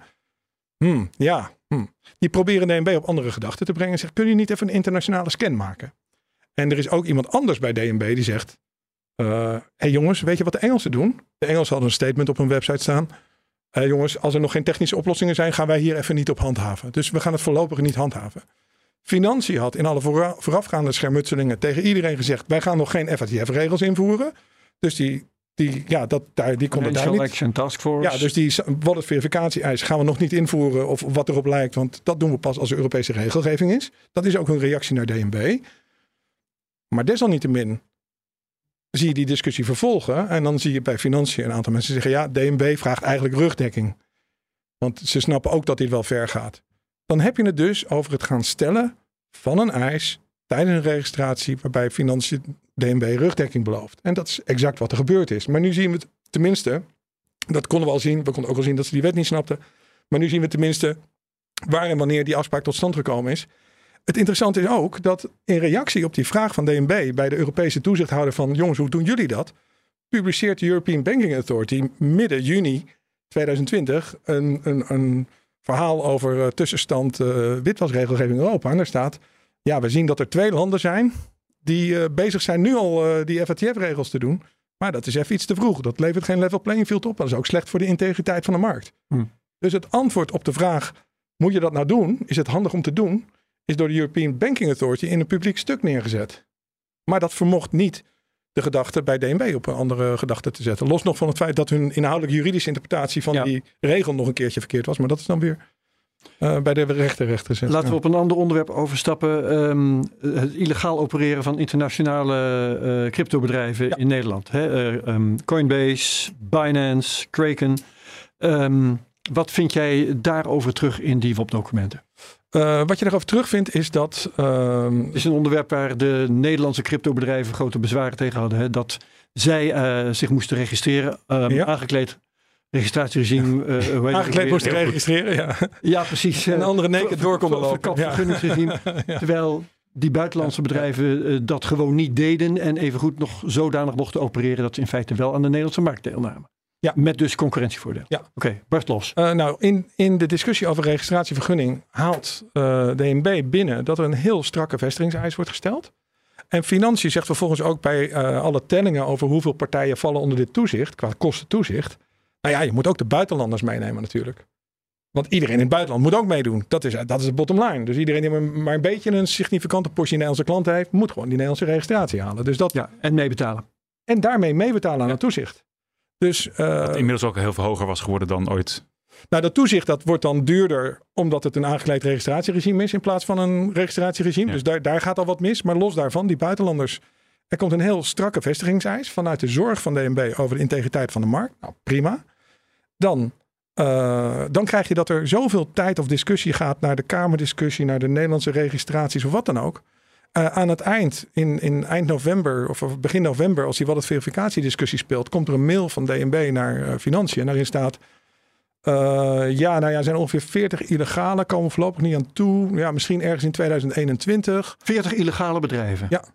[SPEAKER 3] Die proberen DNB op andere gedachten te brengen en zeggen, kun je niet even een internationale scan maken? En er is ook iemand anders bij DNB die zegt, hey jongens, weet je wat de Engelsen doen? De Engelsen hadden een statement op hun website staan. Jongens, als er nog geen technische oplossingen zijn, gaan wij hier even niet op handhaven. Dus we gaan het voorlopig niet handhaven. Financiën had in alle voorafgaande schermutselingen tegen iedereen gezegd, wij gaan nog geen FATF-regels invoeren. Dus die kon het daar niet.
[SPEAKER 2] Action Task Force.
[SPEAKER 3] Ja, dus die wallet-verificatie-eis gaan we nog niet invoeren of wat erop lijkt, want dat doen we pas als er Europese regelgeving is. Dat is ook een reactie naar DNB. Maar desalniettemin zie je die discussie vervolgen en dan zie je bij Financiën een aantal mensen zeggen, DNB vraagt eigenlijk rugdekking. Want ze snappen ook dat dit wel ver gaat. Dan heb je het dus over het gaan stellen van een eis tijdens een registratie waarbij Financiën DNB rugdekking belooft. En dat is exact wat er gebeurd is. Maar nu zien we het tenminste, dat konden we al zien, we konden ook al zien dat ze die wet niet snapten. Maar nu zien we tenminste waar en wanneer die afspraak tot stand gekomen is. Het interessante is ook dat in reactie op die vraag van DNB bij de Europese toezichthouder van jongens, hoe doen jullie dat? Publiceert de European Banking Authority midden juni 2020 een verhaal over tussenstand witwasregelgeving in Europa. En daar staat, we zien dat er 2 landen zijn die bezig zijn nu al die FATF-regels te doen. Maar dat is even iets te vroeg. Dat levert geen level playing field op. Dat is ook slecht voor de integriteit van de markt. Dus het antwoord op de vraag, moet je dat nou doen? Is het handig om te doen? Is door de European Banking Authority in een publiek stuk neergezet. Maar dat vermocht niet de gedachte bij DNB op een andere gedachte te zetten. Los nog van het feit dat hun inhoudelijke juridische interpretatie van die regel nog een keertje verkeerd was. Maar dat is dan weer bij de rechter gezet.
[SPEAKER 2] Laten we op een ander onderwerp overstappen. Het illegaal opereren van internationale cryptobedrijven in Nederland. Coinbase, Binance, Kraken. Wat vind jij daarover terug in die WOP-documenten?
[SPEAKER 3] Wat je daarover terugvindt is dat...
[SPEAKER 2] Het is een onderwerp waar de Nederlandse cryptobedrijven grote bezwaren tegen hadden. Hè? Dat zij zich moesten registreren. Aangekleed registratieregime.
[SPEAKER 3] Aangekleed moesten registreren, ja.
[SPEAKER 2] Ja, precies.
[SPEAKER 3] En andere naked door konden lopen.
[SPEAKER 2] Vergunningsregime. Terwijl die buitenlandse bedrijven dat gewoon niet deden. En evengoed nog zodanig mochten opereren dat ze in feite wel aan de Nederlandse markt deelnamen. Ja. Met dus concurrentievoordeel. Ja. Oké, barst los.
[SPEAKER 3] In de discussie over registratievergunning haalt DNB binnen dat er een heel strakke vestigingseis wordt gesteld. En Financiën zegt vervolgens ook bij alle tellingen over hoeveel partijen vallen onder dit toezicht, qua kostentoezicht. Je moet ook de buitenlanders meenemen natuurlijk. Want iedereen in het buitenland moet ook meedoen. Dat is de bottom line. Dus iedereen die maar een beetje een significante portie Nederlandse klanten heeft, moet gewoon die Nederlandse registratie halen. Dus dat,
[SPEAKER 2] en meebetalen.
[SPEAKER 3] En daarmee meebetalen aan het toezicht. Dus,
[SPEAKER 4] wat inmiddels ook heel veel hoger was geworden dan ooit.
[SPEAKER 3] Nou, dat toezicht dat wordt dan duurder omdat het een aangeleid registratieregime is in plaats van een registratieregime. Ja. Dus daar gaat al wat mis. Maar los daarvan, die buitenlanders. Er komt een heel strakke vestigingseis vanuit de zorg van DNB over de integriteit van de markt. Nou, prima. Dan krijg je dat er zoveel tijd of discussie gaat naar de Kamerdiscussie, naar de Nederlandse registraties of wat dan ook. Aan het eind, in eind november of begin november, als hij wat het verificatiediscussie speelt, komt er een mail van DNB naar Financiën. En daarin staat, er zijn ongeveer 40 illegale, komen voorlopig niet aan toe. Ja, misschien ergens in 2021.
[SPEAKER 2] 40 illegale bedrijven?
[SPEAKER 3] Ja.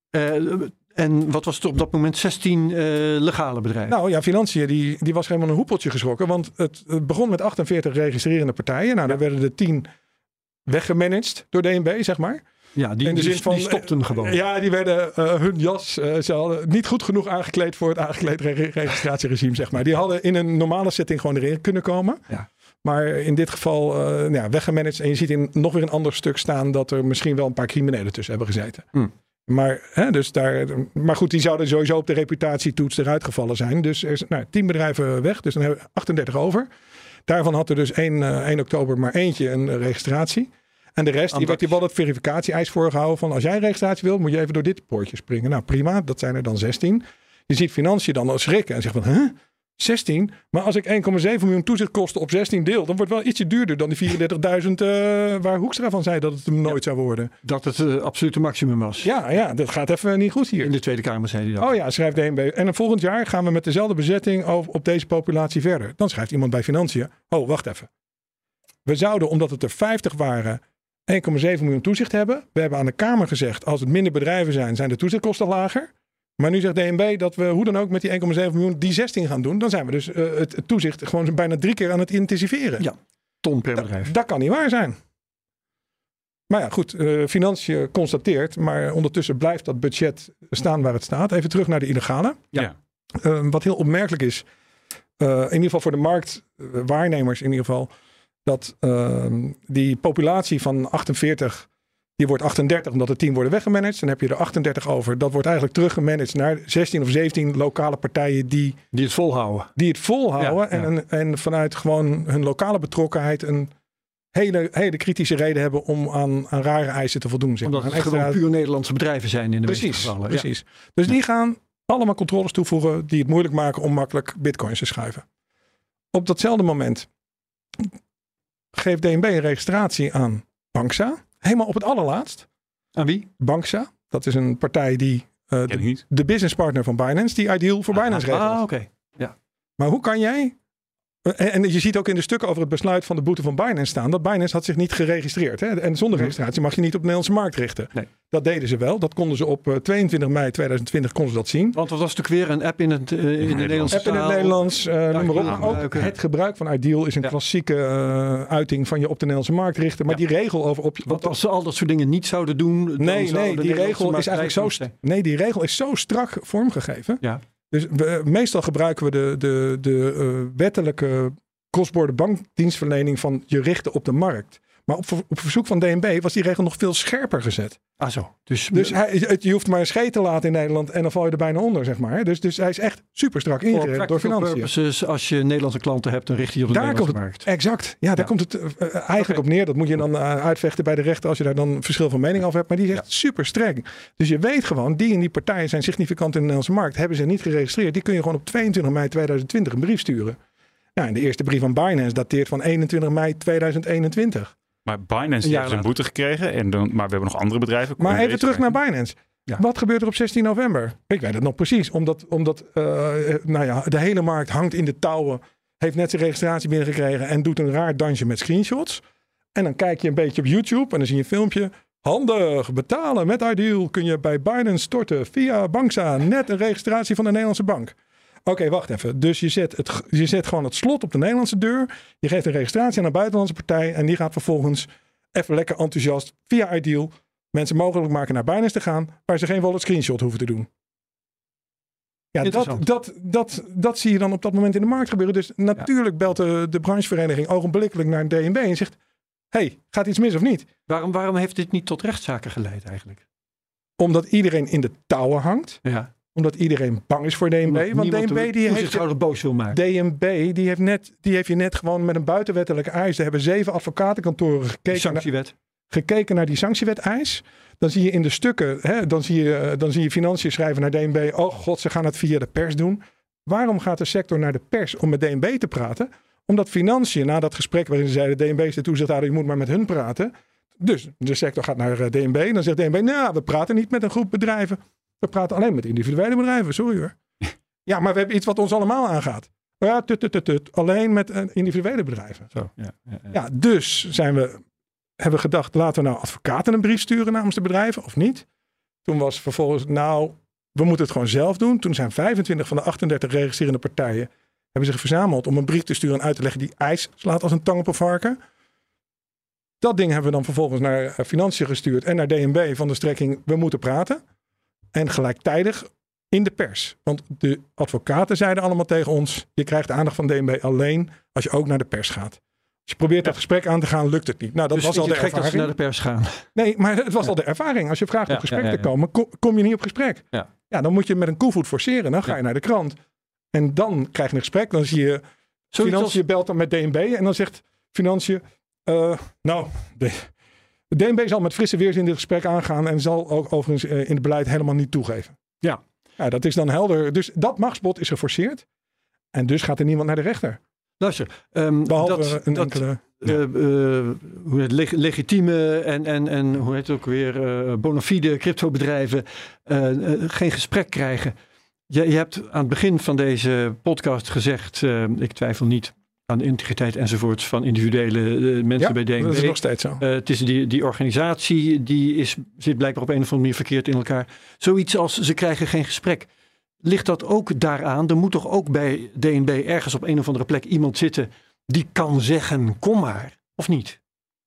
[SPEAKER 2] En wat was het op dat moment? 16 legale bedrijven?
[SPEAKER 3] Nou ja, Financiën die was helemaal een hoepeltje geschrokken. Want het begon met 48 registrerende partijen. Nou, daar werden de 10 weggemanaged door DNB, zeg maar.
[SPEAKER 2] Ja, die stopten gewoon.
[SPEAKER 3] Ja, die werden hun jas. Ze hadden niet goed genoeg aangekleed voor het aangekleed registratieregime, zeg maar. Die hadden in een normale setting gewoon erin kunnen komen. Ja. Maar in dit geval weggemanaged. En je ziet in nog weer een ander stuk staan dat er misschien wel een paar criminelen tussen hebben gezeten. Maar goed, die zouden sowieso op de reputatietoets eruit gevallen zijn. Dus er is 10 bedrijven weg. Dus dan hebben we 38 over. Daarvan had er dus 1 oktober maar eentje een registratie. En de rest, die werd je wel het verificatie-eis voorgehouden van als jij registratie wil, moet je even door dit poortje springen. Nou prima, dat zijn er dan 16. Je ziet Financiën dan schrikken en zegt van, 16? Maar als ik 1,7 miljoen toezichtkosten op 16 deel, dan wordt het wel ietsje duurder dan die 34.000 waar Hoekstra van zei dat het hem nooit zou worden.
[SPEAKER 2] Dat het absolute maximum was.
[SPEAKER 3] Ja, dat gaat even niet goed hier.
[SPEAKER 2] In de Tweede Kamer zei hij dat.
[SPEAKER 3] Oh ja, schrijft DNB. En volgend jaar gaan we met dezelfde bezetting op deze populatie verder. Dan schrijft iemand bij Financiën, wacht even. We zouden, omdat het er 50 waren, 1,7 miljoen toezicht hebben. We hebben aan de Kamer gezegd, als het minder bedrijven zijn de toezichtkosten lager. Maar nu zegt DNB dat we hoe dan ook met die 1,7 miljoen die 16 gaan doen. Dan zijn we dus het toezicht gewoon bijna 3 keer aan het intensiveren.
[SPEAKER 2] Ja, ton per bedrijf.
[SPEAKER 3] Dat kan niet waar zijn. Maar ja, goed. Financiën constateert, maar ondertussen blijft dat budget staan waar het staat. Even terug naar de illegale.
[SPEAKER 2] Ja.
[SPEAKER 3] Wat heel opmerkelijk is, in ieder geval voor de marktwaarnemers in ieder geval, dat die populatie van 48, die wordt 38 omdat er 10 worden weggemanaged. Dan heb je er 38 over. Dat wordt eigenlijk teruggemanaged naar 16 of 17 lokale partijen die
[SPEAKER 2] het volhouden.
[SPEAKER 3] Die het volhouden en vanuit gewoon hun lokale betrokkenheid een hele kritische reden hebben om aan rare eisen te voldoen. Zeg
[SPEAKER 2] omdat het gewoon puur Nederlandse bedrijven zijn in de meeste gevallen.
[SPEAKER 3] Precies. Dus die gaan allemaal controles toevoegen die het moeilijk maken om makkelijk bitcoins te schuiven. Op datzelfde moment geeft DNB een registratie aan Banksa. Helemaal op het allerlaatst.
[SPEAKER 2] Aan wie?
[SPEAKER 3] Banksa. Dat is een partij die de businesspartner van Binance, die ideal voor Binance regelt.
[SPEAKER 2] Oké. Ja.
[SPEAKER 3] Maar hoe kan jij En je ziet ook in de stukken over het besluit van de boete van Binance staan, dat Binance had zich niet geregistreerd. Hè? En zonder registratie mag je niet op de Nederlandse markt richten.
[SPEAKER 2] Nee.
[SPEAKER 3] Dat deden ze wel. Dat konden ze op 22 mei 2020 konden ze dat zien.
[SPEAKER 2] Want dat was natuurlijk weer een app in de Nederlandse taal.
[SPEAKER 3] App in het Nederlands, noem maar op. Ook het gebruik van Ideal is een klassieke uiting van je op de Nederlandse markt richten. Maar die regel over...
[SPEAKER 2] Want als ze al dat soort dingen niet zouden doen...
[SPEAKER 3] Nee, die regel is eigenlijk die regel is zo strak vormgegeven. Ja. Dus meestal gebruiken we de wettelijke cross-border bankdienstverlening van je richten op de markt. Maar op verzoek van DNB was die regel nog veel scherper gezet.
[SPEAKER 2] Ah zo. Dus
[SPEAKER 3] je hoeft maar een scheet te laten in Nederland en dan val je er bijna onder, zeg maar. Dus hij is echt super strak ingeregeld door financiën.
[SPEAKER 2] Purposes, als je Nederlandse klanten hebt, dan richt je op de Nederlandse markt.
[SPEAKER 3] Exact. Ja, daar komt het eigenlijk op neer. Dat moet je dan uitvechten bij de rechter als je daar dan verschil van mening over hebt. Maar die is echt super streng. Dus je weet gewoon, die en die partijen zijn significant in de Nederlandse markt. Hebben ze niet geregistreerd. Die kun je gewoon op 22 mei 2020 een brief sturen. Nou, en de eerste brief van Binance dateert van 21 mei 2021.
[SPEAKER 4] Maar Binance heeft een boete gekregen. Maar we hebben nog andere bedrijven.
[SPEAKER 3] Maar even terug naar Binance. Ja. Wat gebeurt er op 16 november? Ik weet het nog precies. Omdat de hele markt hangt in de touwen. Heeft net zijn registratie binnengekregen. En doet een raar dansje met screenshots. En dan kijk je een beetje op YouTube. En dan zie je een filmpje. Handig, betalen met Ideal kun je bij Binance storten via Banksa. Net een registratie van de Nederlandse bank. Oké, wacht even. Dus je zet gewoon het slot op de Nederlandse deur. Je geeft een registratie aan een buitenlandse partij. En die gaat vervolgens even lekker enthousiast via Ideal mensen mogelijk maken naar Binance te gaan. Waar ze geen wallet screenshot hoeven te doen. Ja, dat zie je dan op dat moment in de markt gebeuren. Dus natuurlijk belt de branchevereniging ogenblikkelijk naar DNB en zegt... Hey, gaat iets mis of niet?
[SPEAKER 2] Waarom heeft dit niet tot rechtszaken geleid eigenlijk?
[SPEAKER 3] Omdat iedereen in de touwen hangt. Ja. Omdat iedereen bang is voor DNB. Want DNB die heeft
[SPEAKER 2] boos wil maken.
[SPEAKER 3] DNB die heeft je net gewoon met een buitenwettelijke eis. Er hebben 7 advocatenkantoren gekeken naar die sanctiewet-eis. Dan zie je in de stukken, dan zie je financiën schrijven naar DNB. Oh god, ze gaan het via de pers doen. Waarom gaat de sector naar de pers om met DNB te praten? Omdat financiën na dat gesprek waarin ze zeiden DNB is de toezichthouder, je moet maar met hun praten. Dus de sector gaat naar DNB. Dan zegt DNB, nou, we praten niet met een groep bedrijven. We praten alleen met individuele bedrijven, sorry hoor. Ja, maar we hebben iets wat ons allemaal aangaat. Ja, alleen met individuele bedrijven. Zo. Ja, dus hebben we gedacht, laten we nou advocaten een brief sturen namens de bedrijven of niet? Toen was vervolgens, we moeten het gewoon zelf doen. Toen zijn 25 van de 38 registrerende partijen hebben zich verzameld om een brief te sturen en uit te leggen die ijs slaat als een tang op een varken. Dat ding hebben we dan vervolgens naar financiën gestuurd en naar DNB van de strekking, we moeten praten. En gelijktijdig in de pers. Want de advocaten zeiden allemaal tegen ons, je krijgt de aandacht van DNB alleen als je ook naar de pers gaat. Als je probeert dat gesprek aan te gaan, lukt het niet. Nou, dat was al de ervaring.
[SPEAKER 2] Dat ze naar de pers gaan.
[SPEAKER 3] Nee, maar het was al de ervaring. Als je vraagt op gesprek te komen, kom je niet op gesprek. Ja, dan moet je met een koevoet forceren. Dan ga je naar de krant. En dan krijg je een gesprek. Dan zie je, financiën belt dan met DNB. En dan zegt financiën, DNB zal met frisse weerzin dit gesprek aangaan. En zal ook overigens in het beleid helemaal niet toegeven. Ja, dat is dan helder. Dus dat machtsbod is geforceerd. En dus gaat er niemand naar de rechter.
[SPEAKER 2] Luister,
[SPEAKER 3] behalve een enkele...
[SPEAKER 2] legitieme en hoe heet het ook weer, bona fide cryptobedrijven geen gesprek krijgen. Je hebt aan het begin van deze podcast gezegd, ik twijfel niet aan de integriteit enzovoort van individuele mensen bij DNB.
[SPEAKER 3] Dat is nog steeds zo.
[SPEAKER 2] Het is die organisatie, zit blijkbaar op een of andere manier verkeerd in elkaar. Zoiets als ze krijgen geen gesprek. Ligt dat ook daaraan? Er moet toch ook bij DNB ergens op een of andere plek iemand zitten die kan zeggen, kom maar, of niet?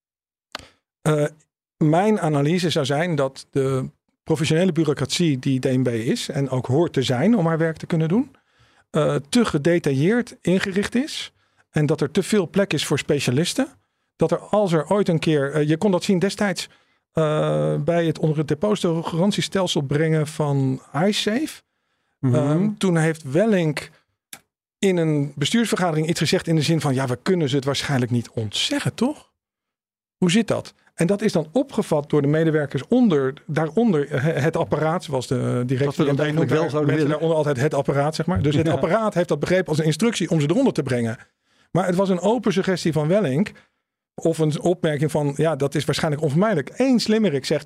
[SPEAKER 3] Mijn analyse zou zijn dat de professionele bureaucratie die DNB is en ook hoort te zijn om haar werk te kunnen doen, te gedetailleerd ingericht is en dat er te veel plek is voor specialisten. Dat als er ooit een keer, je kon dat zien destijds bij het onder het depositogarantiestelsel brengen van iSafe. Mm-hmm. Toen heeft Wellink in een bestuursvergadering iets gezegd in de zin van, we kunnen ze het waarschijnlijk niet ontzeggen, toch? Hoe zit dat? En dat is dan opgevat door de medewerkers daaronder het apparaat, zoals de directie
[SPEAKER 2] dat eigenlijk wel zouden willen.
[SPEAKER 3] Daaronder altijd het apparaat, zeg maar. Dus het apparaat heeft dat begrepen als een instructie om ze eronder te brengen. Maar het was een open suggestie van Wellink, of een opmerking van, dat is waarschijnlijk onvermijdelijk. Eén slimmerik zegt,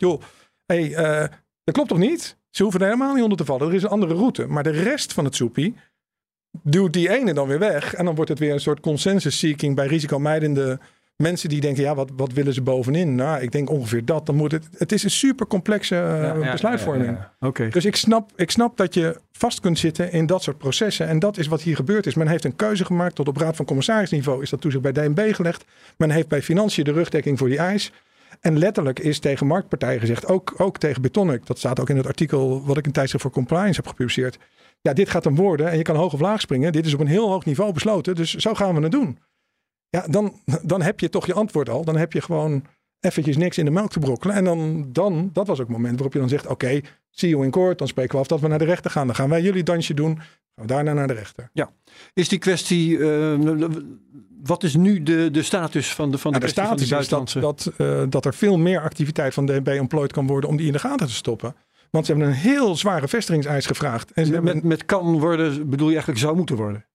[SPEAKER 3] dat klopt toch niet? Ze hoeven er helemaal niet onder te vallen. Er is een andere route. Maar de rest van het soepie, duwt die ene dan weer weg. En dan wordt het weer een soort consensus-seeking bij risicomijdende mensen die denken, ja, wat willen ze bovenin? Nou, ik denk ongeveer dat. Dan moet het is een super complexe besluitvorming.
[SPEAKER 2] Ja. Okay.
[SPEAKER 3] Dus ik snap dat je vast kunt zitten in dat soort processen. En dat is wat hier gebeurd is. Men heeft een keuze gemaakt. Tot op raad van commissarisniveau is dat toezicht bij DNB gelegd. Men heeft bij financiën de rugdekking voor die eis. En letterlijk is tegen marktpartijen gezegd, ook tegen Betonic. Dat staat ook in het artikel wat ik een tijdschrift voor compliance heb gepubliceerd. Ja, dit gaat hem worden en je kan hoog of laag springen. Dit is op een heel hoog niveau besloten. Dus zo gaan we het doen. Ja, dan heb je toch je antwoord al. Dan heb je gewoon eventjes niks in de melk te brokkelen. En dan dat was ook het moment waarop je dan zegt, oké, see you in court. Dan spreken we af dat we naar de rechter gaan. Dan gaan wij jullie dansje doen. Gaan we daarna naar de rechter.
[SPEAKER 2] Ja. Is die kwestie, wat is nu de status van de
[SPEAKER 3] status is dat er veel meer activiteit van DNB ontplooid kan worden om die in de gaten te stoppen. Want ze hebben een heel zware vestigingseis gevraagd. En
[SPEAKER 2] met kan worden, bedoel je eigenlijk zou moeten worden?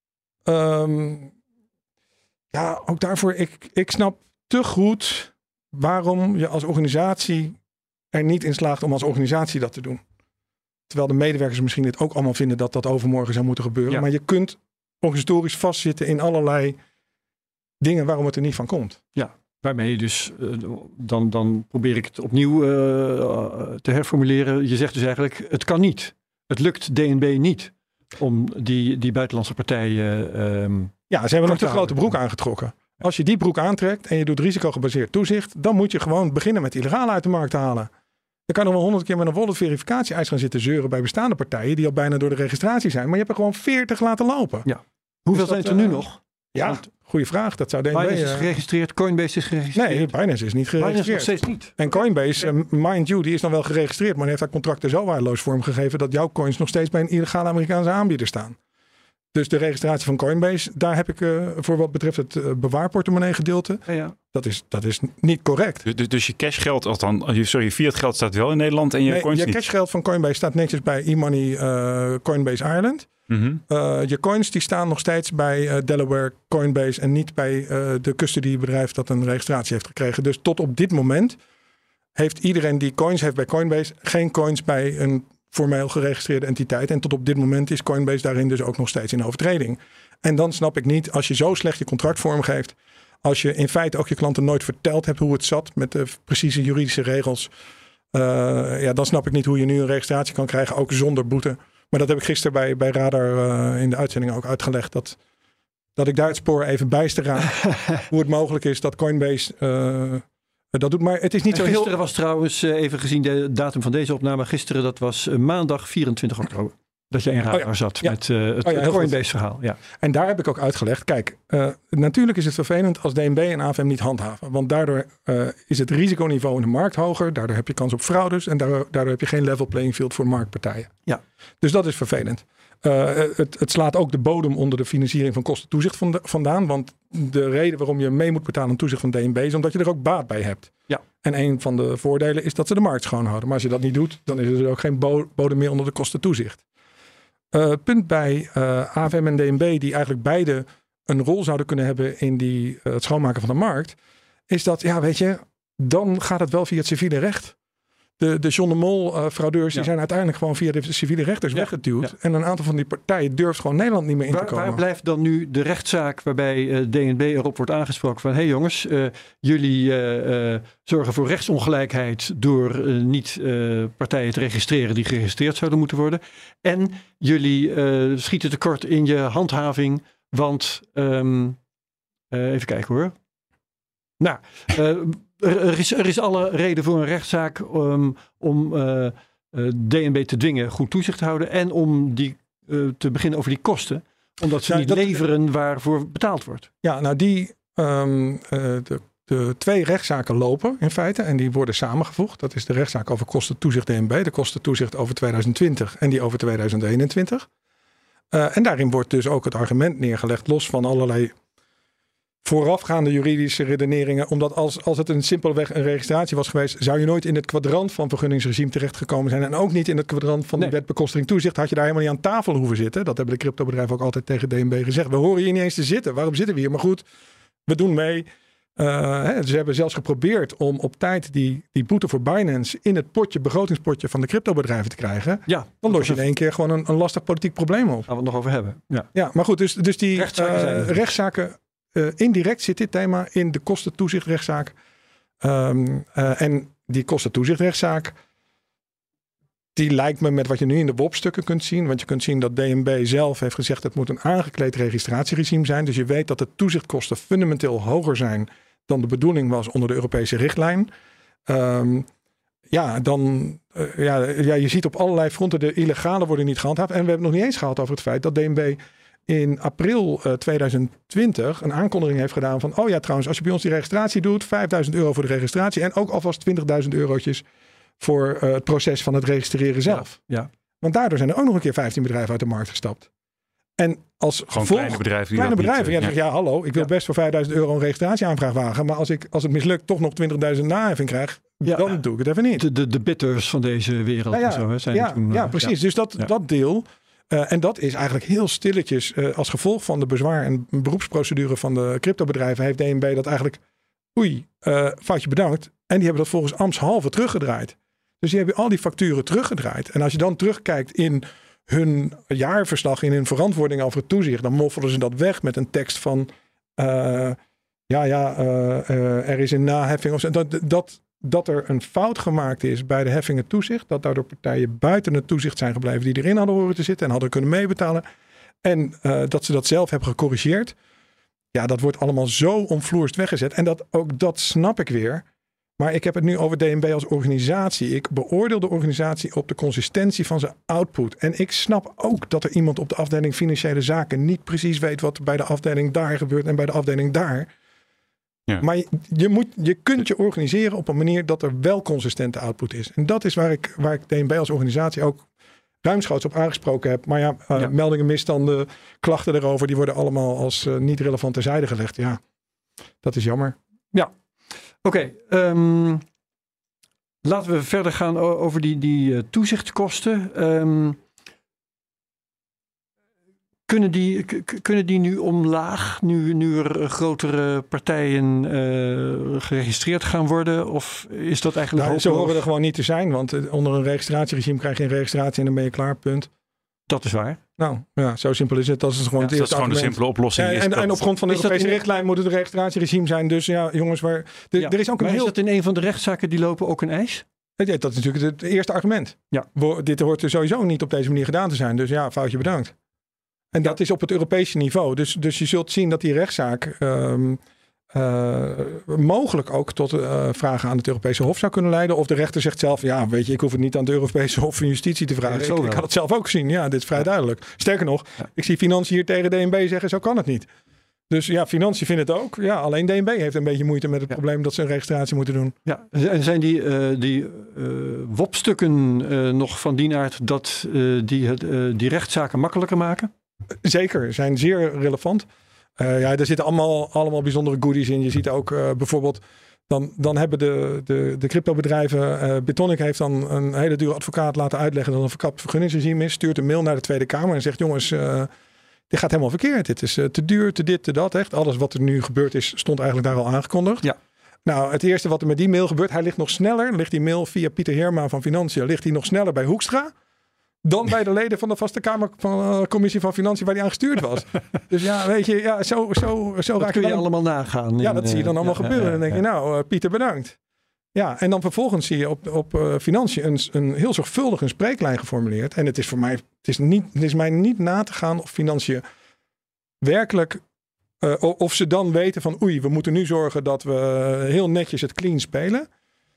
[SPEAKER 3] Ja, ook daarvoor, ik snap te goed waarom je als organisatie er niet in slaagt om als organisatie dat te doen. Terwijl de medewerkers misschien dit ook allemaal vinden dat dat overmorgen zou moeten gebeuren. Ja. Maar je kunt organisatorisch vastzitten in allerlei dingen waarom het er niet van komt.
[SPEAKER 2] Ja, waarmee je dus, dan probeer ik het opnieuw te herformuleren. Je zegt dus eigenlijk, het kan niet. Het lukt DNB niet om die buitenlandse partijen...
[SPEAKER 3] ja, ze hebben een te grote broek aangetrokken. Als je die broek aantrekt en je doet risicogebaseerd toezicht, dan moet je gewoon beginnen met illegaal uit de markt te halen. Dan kan je nog wel 100 keer met een wallet verificatie-eis gaan zitten zeuren bij bestaande partijen die al bijna door de registratie zijn. Maar je hebt er gewoon 40 laten lopen.
[SPEAKER 2] Ja. Hoeveel zijn er nu nog?
[SPEAKER 3] Ja, goede vraag. Dat zou DNB...
[SPEAKER 2] Binance is geregistreerd, Coinbase is geregistreerd.
[SPEAKER 3] Nee, Binance is niet geregistreerd.
[SPEAKER 2] Binance nog steeds niet.
[SPEAKER 3] En Coinbase, mind you, die is dan wel geregistreerd, maar die heeft haar contracten zo waardeloos vormgegeven dat jouw coins nog steeds bij een illegale Amerikaanse aanbieder staan. Dus de registratie van Coinbase, daar heb ik voor wat betreft het bewaarportemonnee gedeelte.
[SPEAKER 2] Ja.
[SPEAKER 3] Dat is niet correct.
[SPEAKER 4] Dus je cashgeld, je fiat geld staat wel in Nederland en je coins niet?
[SPEAKER 3] Je cashgeld van Coinbase staat netjes bij e-money Coinbase Ireland. Mm-hmm. Je coins die staan nog steeds bij Delaware Coinbase en niet bij de custodiebedrijf dat een registratie heeft gekregen. Dus tot op dit moment heeft iedereen die coins heeft bij Coinbase geen coins bij een formeel geregistreerde entiteit. En tot op dit moment is Coinbase daarin dus ook nog steeds in overtreding. En dan snap ik niet, als je zo slecht je contract vormgeeft, als je in feite ook je klanten nooit verteld hebt hoe het zat met de precieze juridische regels, dan snap ik niet hoe je nu een registratie kan krijgen, ook zonder boete. Maar dat heb ik gisteren bij Radar in de uitzending ook uitgelegd, dat ik daar het spoor even bijster aan hoe het mogelijk is dat Coinbase dat doet. Maar het is niet zo heel...
[SPEAKER 2] Gisteren was trouwens, even gezien de datum van deze opname, gisteren dat was maandag 24 oktober. Dat je in Radar zat met het Coinbase verhaal. Ja.
[SPEAKER 3] En daar heb ik ook uitgelegd. Kijk, natuurlijk is het vervelend als DNB en AFM niet handhaven. Want daardoor is het risiconiveau in de markt hoger. Daardoor heb je kans op fraudes. En daardoor heb je geen level playing field voor marktpartijen.
[SPEAKER 2] Ja.
[SPEAKER 3] Dus dat is vervelend. Het slaat ook de bodem onder de financiering van kostentoezicht vandaan. Want de reden waarom je mee moet betalen aan toezicht van DNB is omdat je er ook baat bij hebt.
[SPEAKER 2] Ja.
[SPEAKER 3] En een van de voordelen is dat ze de markt schoonhouden. Maar als je dat niet doet, dan is er ook geen bodem meer onder de kostentoezicht. Punt bij AFM en DNB, die eigenlijk beide een rol zouden kunnen hebben in het schoonmaken van de markt, is dat, ja, weet je, dan gaat het wel via het civiele recht. De John de Mol fraudeurs die zijn uiteindelijk gewoon via de civiele rechters weggeduwd. Ja. En een aantal van die partijen durft gewoon Nederland niet meer in te komen.
[SPEAKER 2] Waar blijft dan nu de rechtszaak waarbij DNB erop wordt aangesproken van, hey jongens, jullie zorgen voor rechtsongelijkheid door niet partijen te registreren die geregistreerd zouden moeten worden. En jullie schieten tekort in je handhaving, want even kijken hoor. Nou, er is alle reden voor een rechtszaak om DNB te dwingen goed toezicht te houden en om te beginnen over die kosten. Omdat ze niet leveren waarvoor betaald wordt.
[SPEAKER 3] Ja, nou de 2 rechtszaken lopen in feite en die worden samengevoegd. Dat is de rechtszaak over kostentoezicht DNB, de kostentoezicht over 2020 en die over 2021. En daarin wordt dus ook het argument neergelegd, los van allerlei voorafgaande juridische redeneringen. Omdat als het simpelweg een registratie was geweest, zou je nooit in het kwadrant van vergunningsregime terechtgekomen zijn. En ook niet in het kwadrant van de wet bekostiging toezicht. Had je daar helemaal niet aan tafel hoeven zitten. Dat hebben de cryptobedrijven ook altijd tegen DNB gezegd. We horen hier niet eens te zitten. Waarom zitten we hier? Maar goed, we doen mee. Ze hebben zelfs geprobeerd om op tijd die boete voor Binance in het begrotingspotje van de cryptobedrijven te krijgen. Ja, dan los je in één keer gewoon een lastig politiek probleem op.
[SPEAKER 2] Gaan we het nog over hebben.
[SPEAKER 3] Ja, maar goed, dus die rechtszaken, indirect zit dit thema in de kostentoezichtrechtszaak. En die kostentoezichtrechtszaak, die lijkt me met wat je nu in de WOP-stukken kunt zien. Want je kunt zien dat DNB zelf heeft gezegd, het moet een aangekleed registratieregime zijn. Dus je weet dat de toezichtkosten fundamenteel hoger zijn dan de bedoeling was onder de Europese richtlijn. Je ziet op allerlei fronten de illegale worden niet gehandhaafd. En we hebben het nog niet eens gehad over het feit dat DNB in april 2020 een aankondiging heeft gedaan van, trouwens, als je bij ons die registratie doet, €5.000 voor de registratie en ook alvast €20.000 voor het proces van het registreren zelf.
[SPEAKER 2] Ja.
[SPEAKER 3] Want daardoor zijn er ook nog een keer 15 bedrijven uit de markt gestapt. En als
[SPEAKER 4] gewoon
[SPEAKER 3] gevolg,
[SPEAKER 4] kleine bedrijven.
[SPEAKER 3] Hallo, ik wil best voor €5.000 een registratieaanvraag wagen. Maar als het mislukt toch nog 20.000 naheffing krijg, dan doe ik het even niet.
[SPEAKER 2] De bitters van deze wereld.
[SPEAKER 3] Precies. Dus dat deel. En dat is eigenlijk heel stilletjes als gevolg van de bezwaar- en beroepsprocedure van de cryptobedrijven heeft DNB dat eigenlijk, foutje bedankt. En die hebben dat volgens ambtshalve teruggedraaid. Dus die hebben al die facturen teruggedraaid. En als je dan terugkijkt in hun jaarverslag, in hun verantwoording over het toezicht, dan moffelen ze dat weg met een tekst van er is een naheffing. Of dat er een fout gemaakt is bij de heffingen toezicht. Dat daardoor partijen buiten het toezicht zijn gebleven die erin hadden horen te zitten en hadden kunnen meebetalen. En dat ze dat zelf hebben gecorrigeerd. Ja, dat wordt allemaal zo omvloerst weggezet. En dat snap ik weer. Maar ik heb het nu over DNB als organisatie. Ik beoordeel de organisatie op de consistentie van zijn output. En ik snap ook dat er iemand op de afdeling financiële zaken niet precies weet wat er bij de afdeling daar gebeurt en bij de afdeling daar. Ja. Maar je kunt je organiseren op een manier dat er wel consistente output is. En dat is waar ik DNB als organisatie ook ruimschoots op aangesproken heb. Maar meldingen, misstanden, klachten erover, die worden allemaal als niet relevant terzijde gelegd. Ja, dat is jammer.
[SPEAKER 2] Ja. Oké, laten we verder gaan over die toezichtskosten. Kunnen die nu omlaag, nu er grotere partijen geregistreerd gaan worden? Of is dat eigenlijk
[SPEAKER 3] ze horen er gewoon niet te zijn, want onder een registratieregime krijg je een registratie en dan ben je klaar, punt.
[SPEAKER 2] Dat is waar.
[SPEAKER 3] Nou, ja, zo simpel is het. Dat is gewoon het eerste
[SPEAKER 4] argument. Dat is gewoon de simpele oplossing.
[SPEAKER 3] En op grond van de Europese richtlijn moet het een registratieregime zijn. Dus ja, jongens, er is ook
[SPEAKER 2] is dat in een van de rechtszaken die lopen ook een eis?
[SPEAKER 3] Ja, dat is natuurlijk het eerste argument. Ja. Dit hoort er sowieso niet op deze manier gedaan te zijn. Dus ja, foutje bedankt. En dat is op het Europese niveau. Dus je zult zien dat die rechtszaak mogelijk ook tot vragen aan het Europese Hof zou kunnen leiden. Of de rechter zegt zelf, ja, weet je, ik hoef het niet aan het Europese Hof van Justitie te vragen. Ik had het zelf ook zien. Ja, dit is vrij duidelijk. Sterker nog, ik zie Financiën hier tegen DNB zeggen, zo kan het niet. Dus ja, Financiën vindt het ook. Ja, alleen DNB heeft een beetje moeite met het probleem dat ze een registratie moeten doen.
[SPEAKER 2] Ja, en zijn die WOP-stukken nog van die aard dat die rechtszaken makkelijker maken?
[SPEAKER 3] Zeker, zijn zeer relevant. Er zitten allemaal bijzondere goodies in. Je ziet ook bijvoorbeeld, dan hebben de cryptobedrijven, Bitonic heeft dan een hele dure advocaat laten uitleggen dat een verkapt vergunningsregime is. Stuurt een mail naar de Tweede Kamer en zegt, jongens, dit gaat helemaal verkeerd. Dit is te duur, te dit, te dat. Echt. Alles wat er nu gebeurd is, stond eigenlijk daar al aangekondigd. Ja. Nou, het eerste wat er met die mail gebeurt, hij ligt nog sneller, ligt die mail via Pieter Heerma van Financiën, ligt hij nog sneller bij Hoekstra dan bij de leden van de Vaste Kamercommissie van Financiën waar die aan gestuurd was. Dus ja, weet je, ja, zo
[SPEAKER 2] dat kun je allemaal nagaan.
[SPEAKER 3] Ja, dat zie je dan allemaal gebeuren. En dan denk je, nou, Pieter, bedankt. Ja, en dan vervolgens zie je op Financiën een heel zorgvuldig een spreeklijn geformuleerd. En het is voor mij, het is mij niet na te gaan of Financiën werkelijk, of ze dan weten van, we moeten nu zorgen dat we heel netjes het clean spelen.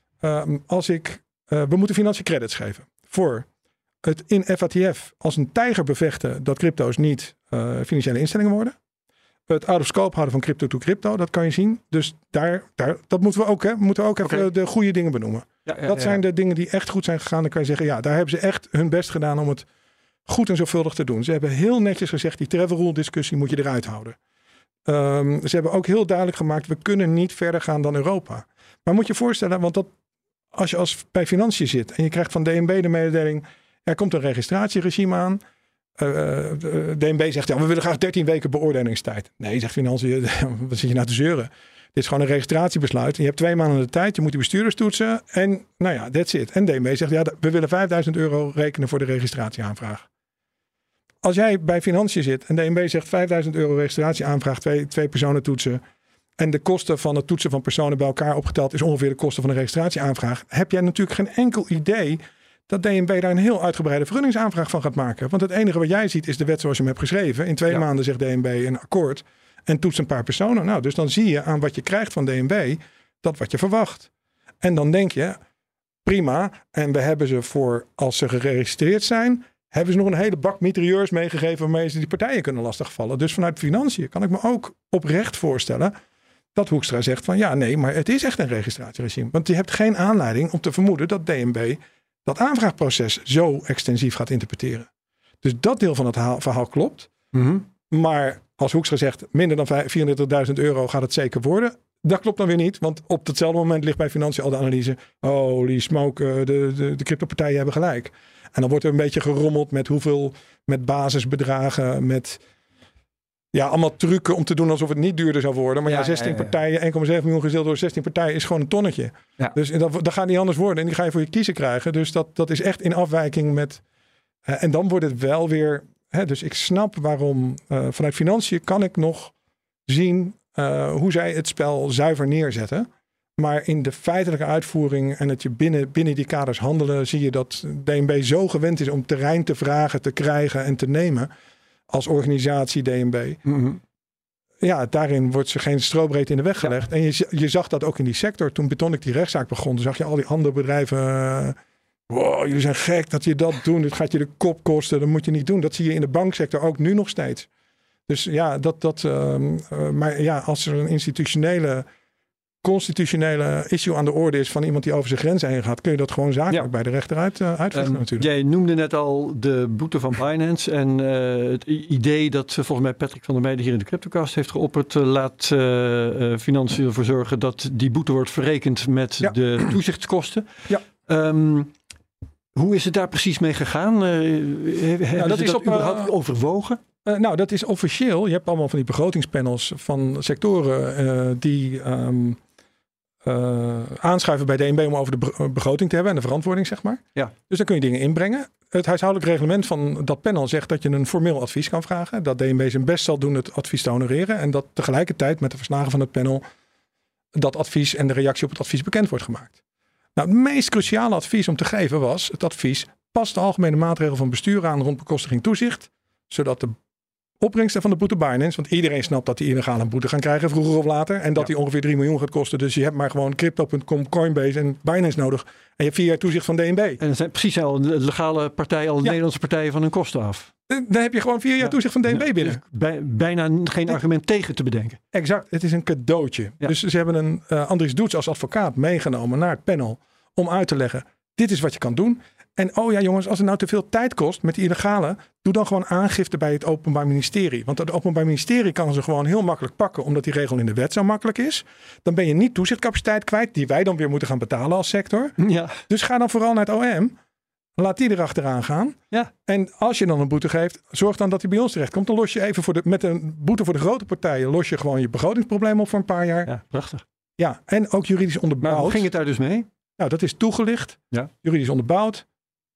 [SPEAKER 3] We moeten Financiën credits geven voor het in FATF als een tijger bevechten dat crypto's niet financiële instellingen worden. Het out of scope houden van crypto to crypto, dat kan je zien. Dus dat moeten we ook. Hè? We moeten ook even de goede dingen benoemen. Dat zijn de dingen die echt goed zijn gegaan. Dan kan je zeggen, ja, daar hebben ze echt hun best gedaan om het goed en zorgvuldig te doen. Ze hebben heel netjes gezegd, die travel rule discussie moet je eruit houden. Ze hebben ook heel duidelijk gemaakt, we kunnen niet verder gaan dan Europa. Maar moet je voorstellen, want als je bij Financiën zit en je krijgt van DNB de mededeling, er komt een registratieregime aan. DNB zegt, ja, we willen graag 13 weken beoordelingstijd. Nee, zegt Financiën, wat zit je nou te zeuren? Dit is gewoon een registratiebesluit. En je hebt 2 maanden de tijd. Je moet die bestuurders toetsen. En nou ja, that's it. En DNB zegt, ja, we willen €5.000 rekenen voor de registratieaanvraag. Als jij bij Financiën zit en DNB zegt €5.000 registratieaanvraag, 2 personen toetsen. En de kosten van het toetsen van personen bij elkaar opgeteld is ongeveer de kosten van een registratieaanvraag. Heb jij natuurlijk geen enkel idee dat DNB daar een heel uitgebreide vergunningsaanvraag van gaat maken. Want het enige wat jij ziet is de wet zoals je hem hebt geschreven. In 2 maanden zegt DNB een akkoord en toetst een paar personen. Nou, dus dan zie je aan wat je krijgt van DNB dat wat je verwacht. En dan denk je, prima. En we hebben ze voor, als ze geregistreerd zijn, hebben ze nog een hele bak mitrailleurs meegegeven waarmee ze die partijen kunnen lastigvallen. Dus vanuit financiën kan ik me ook oprecht voorstellen dat Hoekstra zegt van ja, nee, maar het is echt een registratieregime. Want je hebt geen aanleiding om te vermoeden dat DNB dat aanvraagproces zo extensief gaat interpreteren. Dus dat deel van het verhaal klopt. Mm-hmm. Maar als Hoekstra zegt minder dan €34.000 gaat het zeker worden. Dat klopt dan weer niet. Want op hetzelfde moment ligt bij Financiën al de analyse. Holy smoke, de cryptopartijen hebben gelijk. En dan wordt er een beetje gerommeld met hoeveel, met basisbedragen, met allemaal trucken om te doen alsof het niet duurder zou worden. Maar 16 partijen, 1,7 miljoen gedeeld door 16 partijen is gewoon een tonnetje. Ja. Dus dat gaat niet anders worden. En die ga je voor je kiezen krijgen. Dus dat is echt in afwijking met. En dan wordt het wel weer. Dus ik snap waarom vanuit Financiën kan ik nog zien hoe zij het spel zuiver neerzetten. Maar in de feitelijke uitvoering en het je binnen die kaders handelen, zie je dat DNB zo gewend is om terrein te vragen, te krijgen en te nemen als organisatie DNB. Mm-hmm. Ja, daarin wordt ze geen strobreedte in de weg gelegd. En je zag dat ook in die sector. Toen Betonic die rechtszaak begon, toen zag je al die andere bedrijven. Wow, jullie zijn gek dat je dat doet. Dit gaat je de kop kosten. Dat moet je niet doen. Dat zie je in de banksector ook nu nog steeds. Dus ja, maar ja, als er een constitutionele issue aan de orde is van iemand die over zijn grenzen heen gaat, kun je dat gewoon zakelijk bij de rechter uitvechten natuurlijk. Jij
[SPEAKER 2] noemde net al de boete van Binance en het idee dat volgens mij Patrick van der Meijden hier in de Cryptocast heeft geopperd, laat Financiën ervoor zorgen dat die boete wordt verrekend met de toezichtskosten. Ja. Hoe is het daar precies mee gegaan? Hebben ze dat überhaupt overwogen?
[SPEAKER 3] Dat is officieel. Je hebt allemaal van die begrotingspanels van sectoren die aanschuiven bij DNB om over de begroting te hebben en de verantwoording, zeg maar. Ja. Dus dan kun je dingen inbrengen. Het huishoudelijk reglement van dat panel zegt dat je een formeel advies kan vragen. Dat DNB zijn best zal doen het advies te honoreren. En dat tegelijkertijd met de verslagen van het panel dat advies en de reactie op het advies bekend wordt gemaakt. Nou, het meest cruciale advies om te geven was het advies: pas de algemene maatregel van bestuur aan rond bekostiging toezicht, zodat de opbrengsten van de boete Binance, want iedereen snapt dat die illegaal een boete gaan krijgen vroeger of later en dat die ongeveer 3 miljoen gaat kosten. Dus je hebt maar gewoon Crypto.com, Coinbase en Binance nodig. En je hebt 4 jaar toezicht van DNB.
[SPEAKER 2] En dat zijn precies al de legale partijen, al de Nederlandse partijen van hun kosten af.
[SPEAKER 3] Dan heb je gewoon 4 jaar toezicht van DNB binnen.
[SPEAKER 2] Dus bijna geen argument tegen te bedenken.
[SPEAKER 3] Exact, het is een cadeautje. Ja. Dus ze hebben een Andries Doets als advocaat meegenomen naar het panel om uit te leggen, dit is wat je kan doen. En jongens, als het nou te veel tijd kost met die illegale, doe dan gewoon aangifte bij het Openbaar Ministerie. Want het Openbaar Ministerie kan ze gewoon heel makkelijk pakken, omdat die regel in de wet zo makkelijk is. Dan ben je niet toezichtcapaciteit kwijt, die wij dan weer moeten gaan betalen als sector. Ja. Dus ga dan vooral naar het OM. Laat die erachteraan gaan. Ja. En als je dan een boete geeft, zorg dan dat die bij ons terecht komt. Dan los je even met een boete voor de grote partijen, los je gewoon je begrotingsprobleem op voor een paar jaar.
[SPEAKER 2] Ja, prachtig.
[SPEAKER 3] Ja, en ook juridisch onderbouwd.
[SPEAKER 2] Maar hoe ging het daar dus mee?
[SPEAKER 3] Nou, dat is toegelicht, juridisch onderbouwd.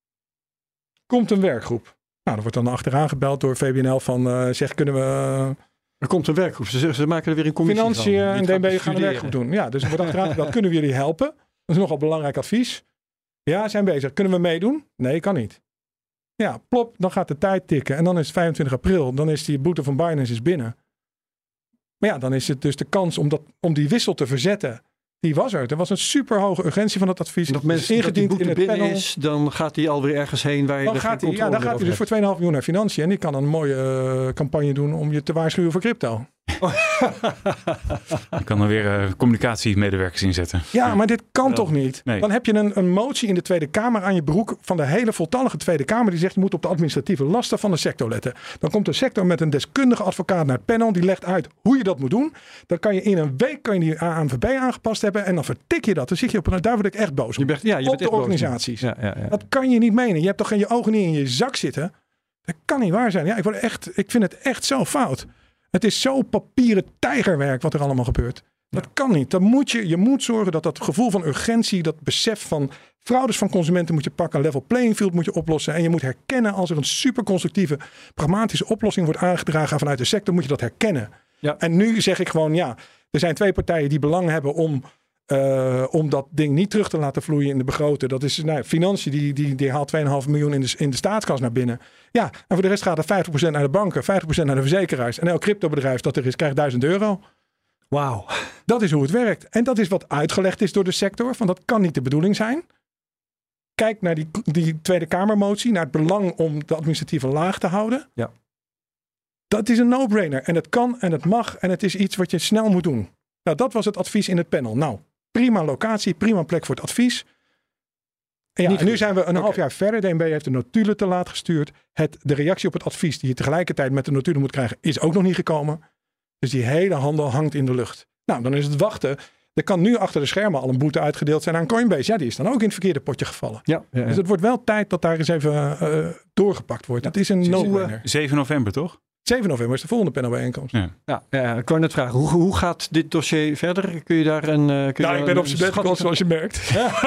[SPEAKER 3] Komt een werkgroep. Nou, er wordt dan achteraan gebeld door VBNL van kunnen we.
[SPEAKER 2] Er komt een werkgroep. Ze maken er weer een commissie
[SPEAKER 3] Financiën en DNB gaan een werkgroep doen. Ja, dus er wordt achteraan gebeld. Kunnen we jullie helpen? Dat is nogal belangrijk advies. Ja, zijn bezig. Kunnen we meedoen? Nee, kan niet. Ja, plop, dan gaat de tijd tikken. En dan is het 25 april. Dan is die boete van Binance is binnen. Maar ja, dan is het dus de kans om die wissel te verzetten. Die was er. Er was een superhoge urgentie van het advies.
[SPEAKER 2] En op het moment dat die boete binnen is, dan gaat hij alweer ergens heen waar je dan gaat hij,
[SPEAKER 3] dan gaat hij dus voor 2,5 miljoen naar Financiën. En die kan een mooie campagne doen om je te waarschuwen voor crypto.
[SPEAKER 4] Je kan dan weer communicatiemedewerkers inzetten.
[SPEAKER 3] Ja, maar dit kan toch niet? Nee. Dan heb je een motie in de Tweede Kamer aan je broek van de hele voltallige Tweede Kamer die zegt je moet op de administratieve lasten van de sector letten. Dan komt de sector met een deskundige advocaat naar het panel die legt uit hoe je dat moet doen. Dan kan je in een week die ANVB aangepast hebben en dan vertik je dat. Dan zig je daar word ik echt boos op. Je bent de organisaties. Ja. Dat kan je niet menen. Je hebt toch je ogen niet in je zak zitten? Dat kan niet waar zijn. Ja, ik vind het echt zo fout. Het is zo papieren tijgerwerk wat er allemaal gebeurt. Dat kan niet. Je moet zorgen dat gevoel van urgentie, dat besef van fraudes van consumenten moet je pakken. Een level playing field moet je oplossen. En je moet herkennen als er een superconstructieve, pragmatische oplossing wordt aangedragen vanuit de sector, moet je dat herkennen. Ja. En nu zeg ik gewoon, er zijn 2 partijen die belang hebben om dat ding niet terug te laten vloeien in de begroting. Dat is Financiën, die haalt 2,5 miljoen in de staatskas naar binnen. Ja, en voor de rest gaat er 50% naar de banken, 50% naar de verzekeraars. En elk cryptobedrijf dat er is, krijgt €1000.
[SPEAKER 2] Wauw.
[SPEAKER 3] Dat is hoe het werkt. En dat is wat uitgelegd is door de sector. Van dat kan niet de bedoeling zijn. Kijk naar die Tweede Kamermotie, naar het belang om de administratieve laag te houden. Ja. Dat is een no-brainer. En het kan en het mag en het is iets wat je snel moet doen. Nou, dat was het advies in het panel. Nou, prima locatie, prima plek voor het advies. En nu zijn we een half jaar verder. DNB heeft de notulen te laat gestuurd. De reactie op het advies die je tegelijkertijd met de notulen moet krijgen, is ook nog niet gekomen. Dus die hele handel hangt in de lucht. Nou, dan is het wachten. Er kan nu achter de schermen al een boete uitgedeeld zijn aan Coinbase. Ja, die is dan ook in het verkeerde potje gevallen. Ja. Dus het wordt wel tijd dat daar eens even doorgepakt wordt. Het is een no-brainer.
[SPEAKER 4] 7 november, toch?
[SPEAKER 3] 7 november is de volgende panelbijeenkomst.
[SPEAKER 2] Ja, ik wou net vragen, hoe gaat dit dossier verder? Kun je daar
[SPEAKER 3] ik ben op zijn bed gekomen, zoals je merkt.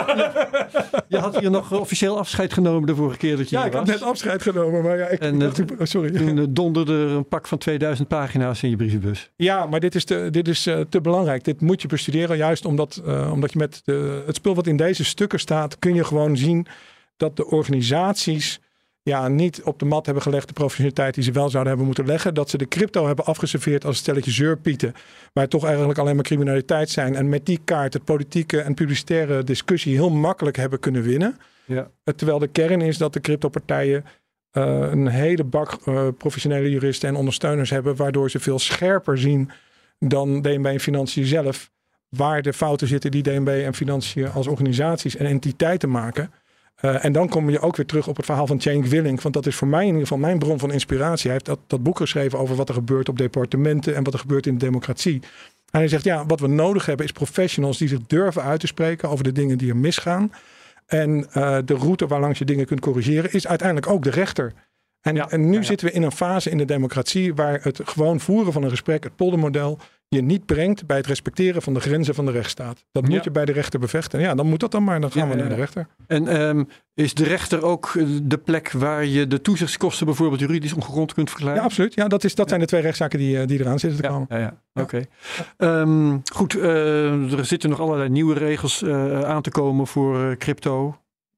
[SPEAKER 2] Je had hier nog officieel afscheid genomen de vorige keer dat je
[SPEAKER 3] ik had net afscheid genomen. Maar sorry. Toen
[SPEAKER 2] donderde er een pak van 2000 pagina's in je brievenbus.
[SPEAKER 3] Ja, maar dit is te belangrijk. Dit moet je bestuderen, juist omdat je met het spul wat in deze stukken staat, kun je gewoon zien dat de organisaties niet op de mat hebben gelegd de professionaliteit die ze wel zouden hebben moeten leggen. Dat ze de crypto hebben afgeserveerd als een stelletje zeurpieten. Waar toch eigenlijk alleen maar criminaliteit zijn. En met die kaart het politieke en publicitaire discussie heel makkelijk hebben kunnen winnen. Ja. Terwijl de kern is dat de cryptopartijen een hele bak professionele juristen en ondersteuners hebben. Waardoor ze veel scherper zien dan DNB en Financiën zelf. Waar de fouten zitten die DNB en Financiën als organisaties en entiteiten maken. En dan kom je ook weer terug op het verhaal van Cenk Willink. Want dat is voor mij in ieder geval mijn bron van inspiratie. Hij heeft dat boek geschreven over wat er gebeurt op departementen en wat er gebeurt in de democratie. En hij zegt, wat we nodig hebben is professionals die zich durven uit te spreken over de dingen die er misgaan. En de route waarlangs je dingen kunt corrigeren is uiteindelijk ook de rechter. En nu zitten we in een fase in de democratie waar het gewoon voeren van een gesprek, het poldermodel, je niet brengt bij het respecteren van de grenzen van de rechtsstaat. Dat moet je bij de rechter bevechten. Ja, dan moet dat dan maar. Dan gaan we naar de rechter.
[SPEAKER 2] En is de rechter ook de plek waar je de toezichtskosten bijvoorbeeld juridisch ongegrond kunt verklaren?
[SPEAKER 3] Ja, absoluut. Ja, dat zijn de 2 rechtszaken die eraan zitten te komen.
[SPEAKER 2] Oké. Goed, er zitten nog allerlei nieuwe regels aan te komen voor crypto.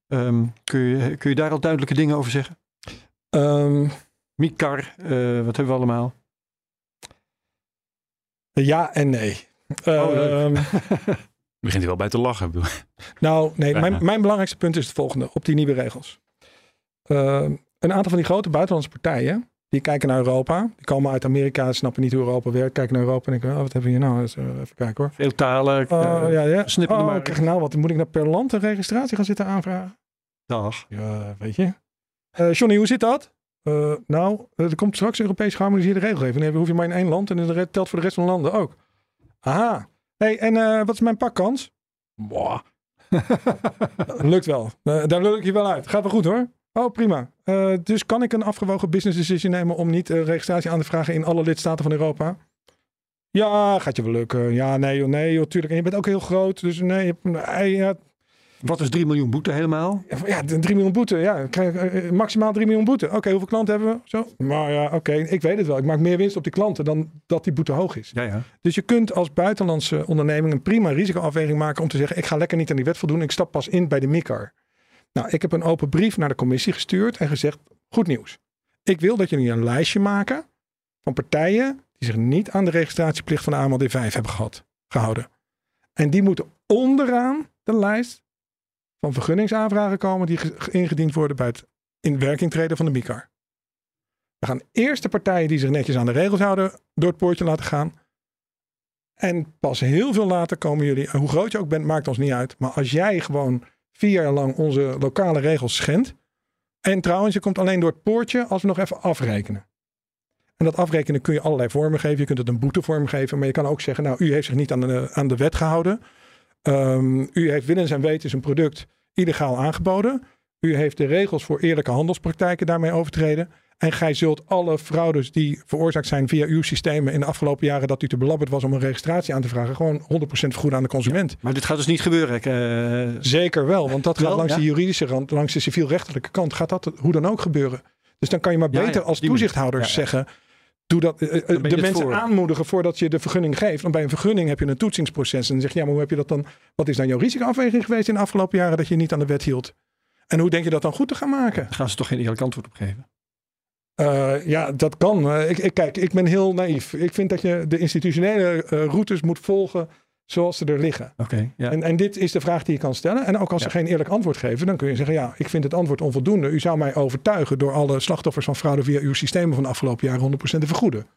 [SPEAKER 2] Kun je daar al duidelijke dingen over zeggen? MiCAR, wat hebben we allemaal?
[SPEAKER 3] Ja en nee.
[SPEAKER 4] Begint hij wel bij te lachen.
[SPEAKER 3] Nou, nee, mijn belangrijkste punt is het volgende op die nieuwe regels. Een aantal van die grote buitenlandse partijen, die kijken naar Europa. Die komen uit Amerika, snappen niet hoe Europa werkt. Kijken naar Europa en denken, wat hebben we hier nou? Even kijken hoor.
[SPEAKER 2] Veel talen.
[SPEAKER 3] Snippen maar. Krijg nou wat, moet ik nou per land een registratie gaan zitten aanvragen?
[SPEAKER 2] Dag.
[SPEAKER 3] Ja, weet je. Johnny, hoe zit dat? Er komt straks Europees geharmoniseerde regelgeving. Dan hoef je maar in 1 land en dat telt voor de rest van de landen ook. Aha. Hey, en wat is mijn pakkans? Boah. Lukt wel. Daar lul ik je wel uit. Gaat wel goed hoor. Oh, prima. Dus kan ik een afgewogen business decision nemen om niet registratie aan te vragen in alle lidstaten van Europa? Ja, gaat je wel lukken. Ja, nee joh, tuurlijk. En je bent ook heel groot. Dus nee,
[SPEAKER 2] wat is 3 miljoen boete helemaal?
[SPEAKER 3] Ja, 3 miljoen boete. Ja, maximaal 3 miljoen boete. Oké, hoeveel klanten hebben we? Zo. Maar ja, oké, ik weet het wel. Ik maak meer winst op die klanten dan dat die boete hoog is. Ja. Dus je kunt als buitenlandse onderneming een prima risicoafweging maken om te zeggen, ik ga lekker niet aan die wet voldoen. Ik stap pas in bij de MiCAR. Nou, ik heb een open brief naar de commissie gestuurd en gezegd, goed nieuws. Ik wil dat jullie een lijstje maken van partijen die zich niet aan de registratieplicht van de AMLD 5 hebben gehouden. En die moeten onderaan de lijst van vergunningsaanvragen komen die ingediend worden bij het in werking treden van de MiCAR. We gaan eerst de partijen die zich netjes aan de regels houden door het poortje laten gaan. En pas heel veel later komen jullie, hoe groot je ook bent, maakt ons niet uit. Maar als jij gewoon 4 jaar lang onze lokale regels schendt. En trouwens, je komt alleen door het poortje als we nog even afrekenen. En dat afrekenen kun je allerlei vormen geven. Je kunt het een boetevorm geven. Maar je kan ook zeggen, nou, u heeft zich niet aan de wet gehouden. U heeft willens en wetens een product illegaal aangeboden. U heeft de regels voor eerlijke handelspraktijken daarmee overtreden. En gij zult alle fraudes die veroorzaakt zijn via uw systemen in de afgelopen jaren dat u te belabberd was om een registratie aan te vragen, gewoon 100% vergoeden aan de consument.
[SPEAKER 2] Ja, maar dit gaat dus niet gebeuren.
[SPEAKER 3] Zeker wel, want dat gaat langs de juridische rand, langs de civielrechtelijke kant, gaat dat hoe dan ook gebeuren. Dus dan kan je maar beter als toezichthouders zeggen, doe dat, de mensen aanmoedigen voordat je de vergunning geeft. Want bij een vergunning heb je een toetsingsproces en dan zeg je, ja, maar hoe heb je dat dan? Wat is dan jouw risicoafweging geweest in de afgelopen jaren dat je niet aan de wet hield? En hoe denk je dat dan goed te gaan maken?
[SPEAKER 2] Daar gaan ze toch geen eerlijk antwoord op geven?
[SPEAKER 3] Ja, dat kan. Kijk, ik ben heel naïef. Ik vind dat je de institutionele routes moet volgen zoals ze er liggen.
[SPEAKER 2] Okay, ja.
[SPEAKER 3] En dit is de vraag die je kan stellen. En ook als ze geen eerlijk antwoord geven, dan kun je zeggen, ja, ik vind het antwoord onvoldoende. U zou mij overtuigen door alle slachtoffers van fraude via uw systemen van de afgelopen jaren 100% te vergoeden.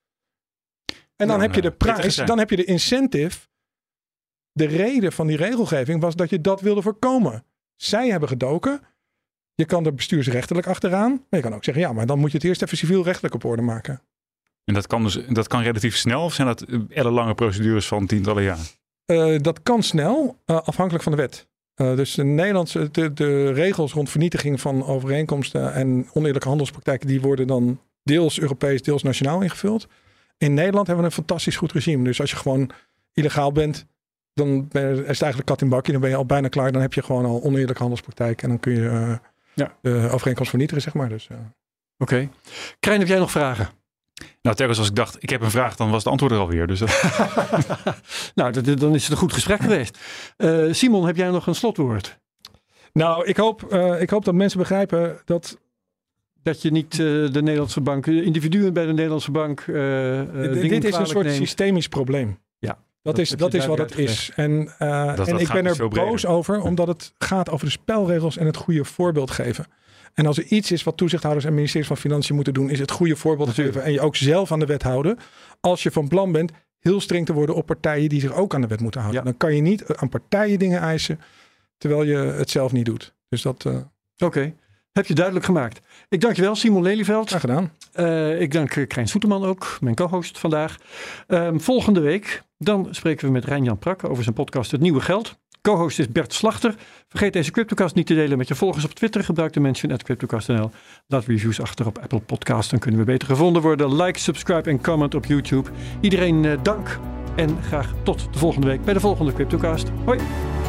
[SPEAKER 3] En dan heb je de prijs, dan heb je de incentive. De reden van die regelgeving was dat je dat wilde voorkomen. Zij hebben gedoken. Je kan er bestuursrechtelijk achteraan. Maar je kan ook zeggen, ja, maar dan moet je het eerst even civielrechtelijk op orde maken.
[SPEAKER 4] En dat kan relatief snel? Of zijn dat ellenlange procedures van tientallen jaar?
[SPEAKER 3] Dat kan snel, afhankelijk van de wet. Dus de regels rond vernietiging van overeenkomsten en oneerlijke handelspraktijken, die worden dan deels Europees, deels nationaal ingevuld. In Nederland hebben we een fantastisch goed regime. Dus als je gewoon illegaal bent, dan is het eigenlijk kat in bakje. Dan ben je al bijna klaar. Dan heb je gewoon al oneerlijke handelspraktijk. En dan kun je de overeenkomst vernietigen, zeg maar. Dus,
[SPEAKER 2] Oké. Krijn, heb jij nog vragen?
[SPEAKER 4] Nou, telkens als ik dacht, ik heb een vraag, dan was het antwoord er alweer. Dus
[SPEAKER 2] nou, dan is het een goed gesprek geweest. Simon, heb jij nog een slotwoord?
[SPEAKER 3] Nou, ik hoop dat mensen begrijpen
[SPEAKER 2] dat je niet de Nederlandse bank, individuen bij de Nederlandse bank.
[SPEAKER 3] Dit is een soort systemisch probleem.
[SPEAKER 2] Ja,
[SPEAKER 3] dat is wat het is. En ik ben er boos over, omdat het gaat over de spelregels en het goede voorbeeld geven. En als er iets is wat toezichthouders en ministeries van Financiën moeten doen, is het goede voorbeeld geven en je ook zelf aan de wet houden. Als je van plan bent heel streng te worden op partijen die zich ook aan de wet moeten houden. Ja. Dan kan je niet aan partijen dingen eisen, terwijl je het zelf niet doet. Dus dat...
[SPEAKER 2] Oké. Heb je duidelijk gemaakt. Ik dank je wel, Simon Lelyveld.
[SPEAKER 3] Graag gedaan.
[SPEAKER 2] Ik dank Krijn Soeterman ook, mijn co-host vandaag. Volgende week, dan spreken we met Rijn-Jan Prak over zijn podcast Het Nieuwe Geld. Co-host is Bert Slachter. Vergeet deze CryptoCast niet te delen met je volgers op Twitter. Gebruik de mention @CryptoCast.nl. Laat reviews achter op Apple Podcasts. Dan kunnen we beter gevonden worden. Like, subscribe en comment op YouTube. Iedereen dank en graag tot de volgende week bij de volgende CryptoCast. Hoi!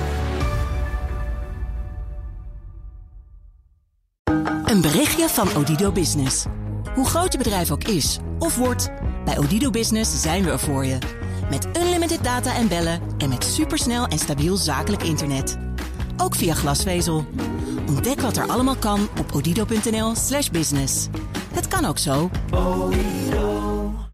[SPEAKER 1] Een berichtje van Odido Business. Hoe groot je bedrijf ook is of wordt, bij Odido Business zijn we er voor je. Met unlimited data en bellen en met supersnel en stabiel zakelijk internet. Ook via glasvezel. Ontdek wat er allemaal kan op odido.nl/business. Het kan ook zo.